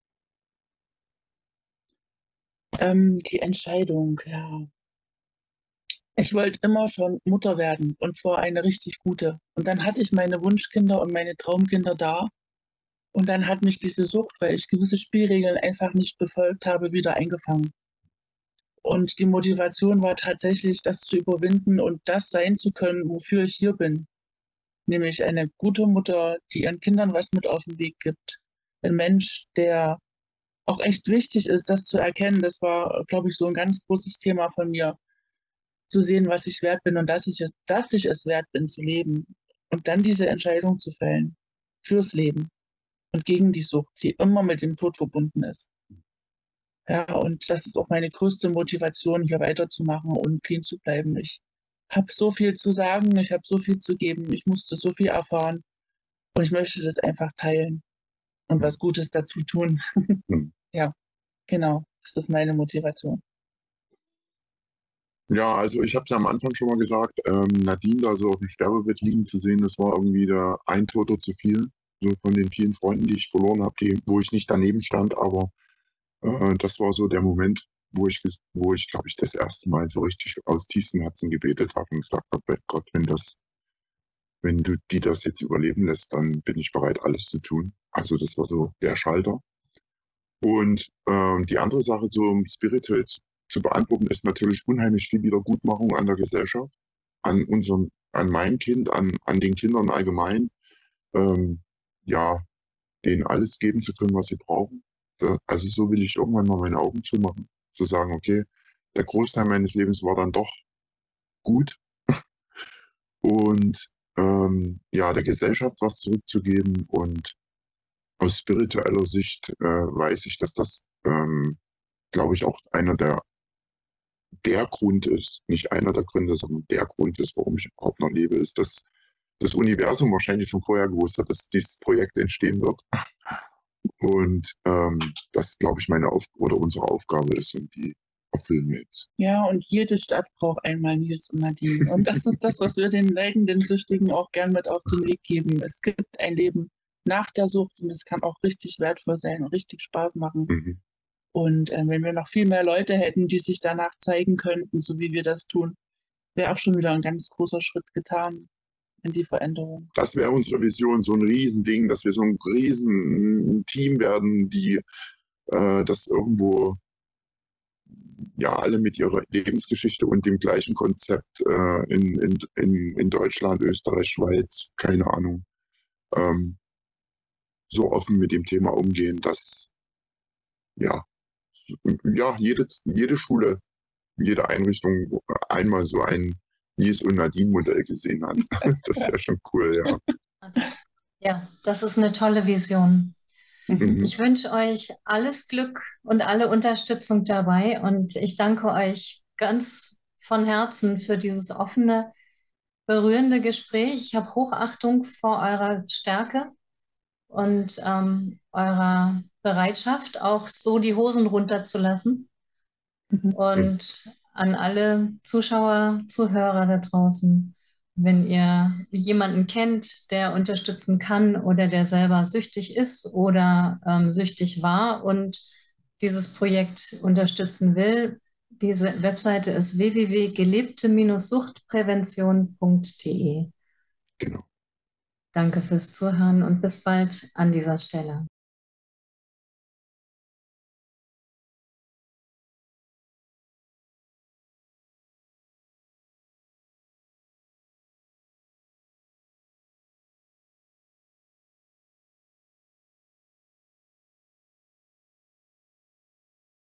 Ähm, die Entscheidung, ja. Ich wollte immer schon Mutter werden und zwar eine richtig gute. Und dann hatte ich meine Wunschkinder und meine Traumkinder da. Und dann hat mich diese Sucht, weil ich gewisse Spielregeln einfach nicht befolgt habe, wieder eingefangen. Und die Motivation war tatsächlich, das zu überwinden und das sein zu können, wofür ich hier bin. Nämlich eine gute Mutter, die ihren Kindern was mit auf den Weg gibt. Ein Mensch, der auch echt wichtig ist, das zu erkennen. Das war, glaube ich, so ein ganz großes Thema von mir. Zu sehen, was ich wert bin und dass ich es, dass ich es wert bin zu leben. Und dann diese Entscheidung zu fällen. Fürs Leben. Und gegen die Sucht, die immer mit dem Tod verbunden ist. Ja, und das ist auch meine größte Motivation, hier weiterzumachen und clean zu bleiben. Ich habe so viel zu sagen, ich habe so viel zu geben, ich musste so viel erfahren und ich möchte das einfach teilen und was Gutes dazu tun. Hm. Ja, genau, das ist meine Motivation. Ja, also ich habe es ja am Anfang schon mal gesagt, ähm, Nadine da so auf dem Sterbebett liegen zu sehen, das war irgendwie der ein Toter zu viel. So von den vielen Freunden, die ich verloren habe, die, wo ich nicht daneben stand, aber äh, das war so der Moment, wo ich, wo ich, glaube ich, das erste Mal so richtig aus tiefstem Herzen gebetet habe und gesagt habe, Gott, wenn das, wenn du die das jetzt überleben lässt, dann bin ich bereit, alles zu tun. Also das war so der Schalter. Und ähm, die andere Sache, so spirituell zu, zu beantworten, ist natürlich unheimlich viel Wiedergutmachung an der Gesellschaft, an unserem, an meinem Kind, an, an den Kindern allgemein. Ähm, ja, denen alles geben zu können, was sie brauchen. Da, also so will ich irgendwann mal meine Augen zumachen. Zu sagen, okay, der Großteil meines Lebens war dann doch gut. Und ähm, ja, der Gesellschaft was zurückzugeben. Und aus spiritueller Sicht äh, weiß ich, dass das, ähm, glaube ich, auch einer der der Grund ist, nicht einer der Gründe, sondern der Grund ist, warum ich überhaupt noch lebe, ist, dass das Universum wahrscheinlich schon vorher gewusst hat, dass dieses Projekt entstehen wird. Und ähm, das, glaube ich, meine Auf oder unsere Aufgabe ist und die erfüllen wir jetzt. Ja, und jede Stadt braucht einmal Nils und Nadine. Und das ist das, was wir den leidenden Süchtigen auch gern mit auf den Weg geben. Es gibt ein Leben nach der Sucht und es kann auch richtig wertvoll sein und richtig Spaß machen. Mhm. Und äh, wenn wir noch viel mehr Leute hätten, die sich danach zeigen könnten, so wie wir das tun, wäre auch schon wieder ein ganz großer Schritt getan in die Veränderung. Das wäre unsere Vision, so ein Riesending, dass wir so ein riesen Team werden, die äh, das irgendwo, ja, alle mit ihrer Lebensgeschichte und dem gleichen Konzept äh, in, in, in, in Deutschland, Österreich, Schweiz, keine Ahnung, ähm, so offen mit dem Thema umgehen, dass ja, ja jede, jede Schule, jede Einrichtung einmal so ein Nils und Nadine Modell gesehen hat. Das wäre schon cool, ja. Ja, das ist eine tolle Vision. Mhm. Ich wünsche euch alles Glück und alle Unterstützung dabei und ich danke euch ganz von Herzen für dieses offene, berührende Gespräch. Ich habe Hochachtung vor eurer Stärke und ähm, eurer Bereitschaft, auch so die Hosen runterzulassen. Mhm. Und an alle Zuschauer, Zuhörer da draußen, wenn ihr jemanden kennt, der unterstützen kann oder der selber süchtig ist oder ähm, süchtig war und dieses Projekt unterstützen will, diese Webseite ist w w w punkt gelebte Suchtprävention punkt de. Genau. Danke fürs Zuhören und bis bald an dieser Stelle.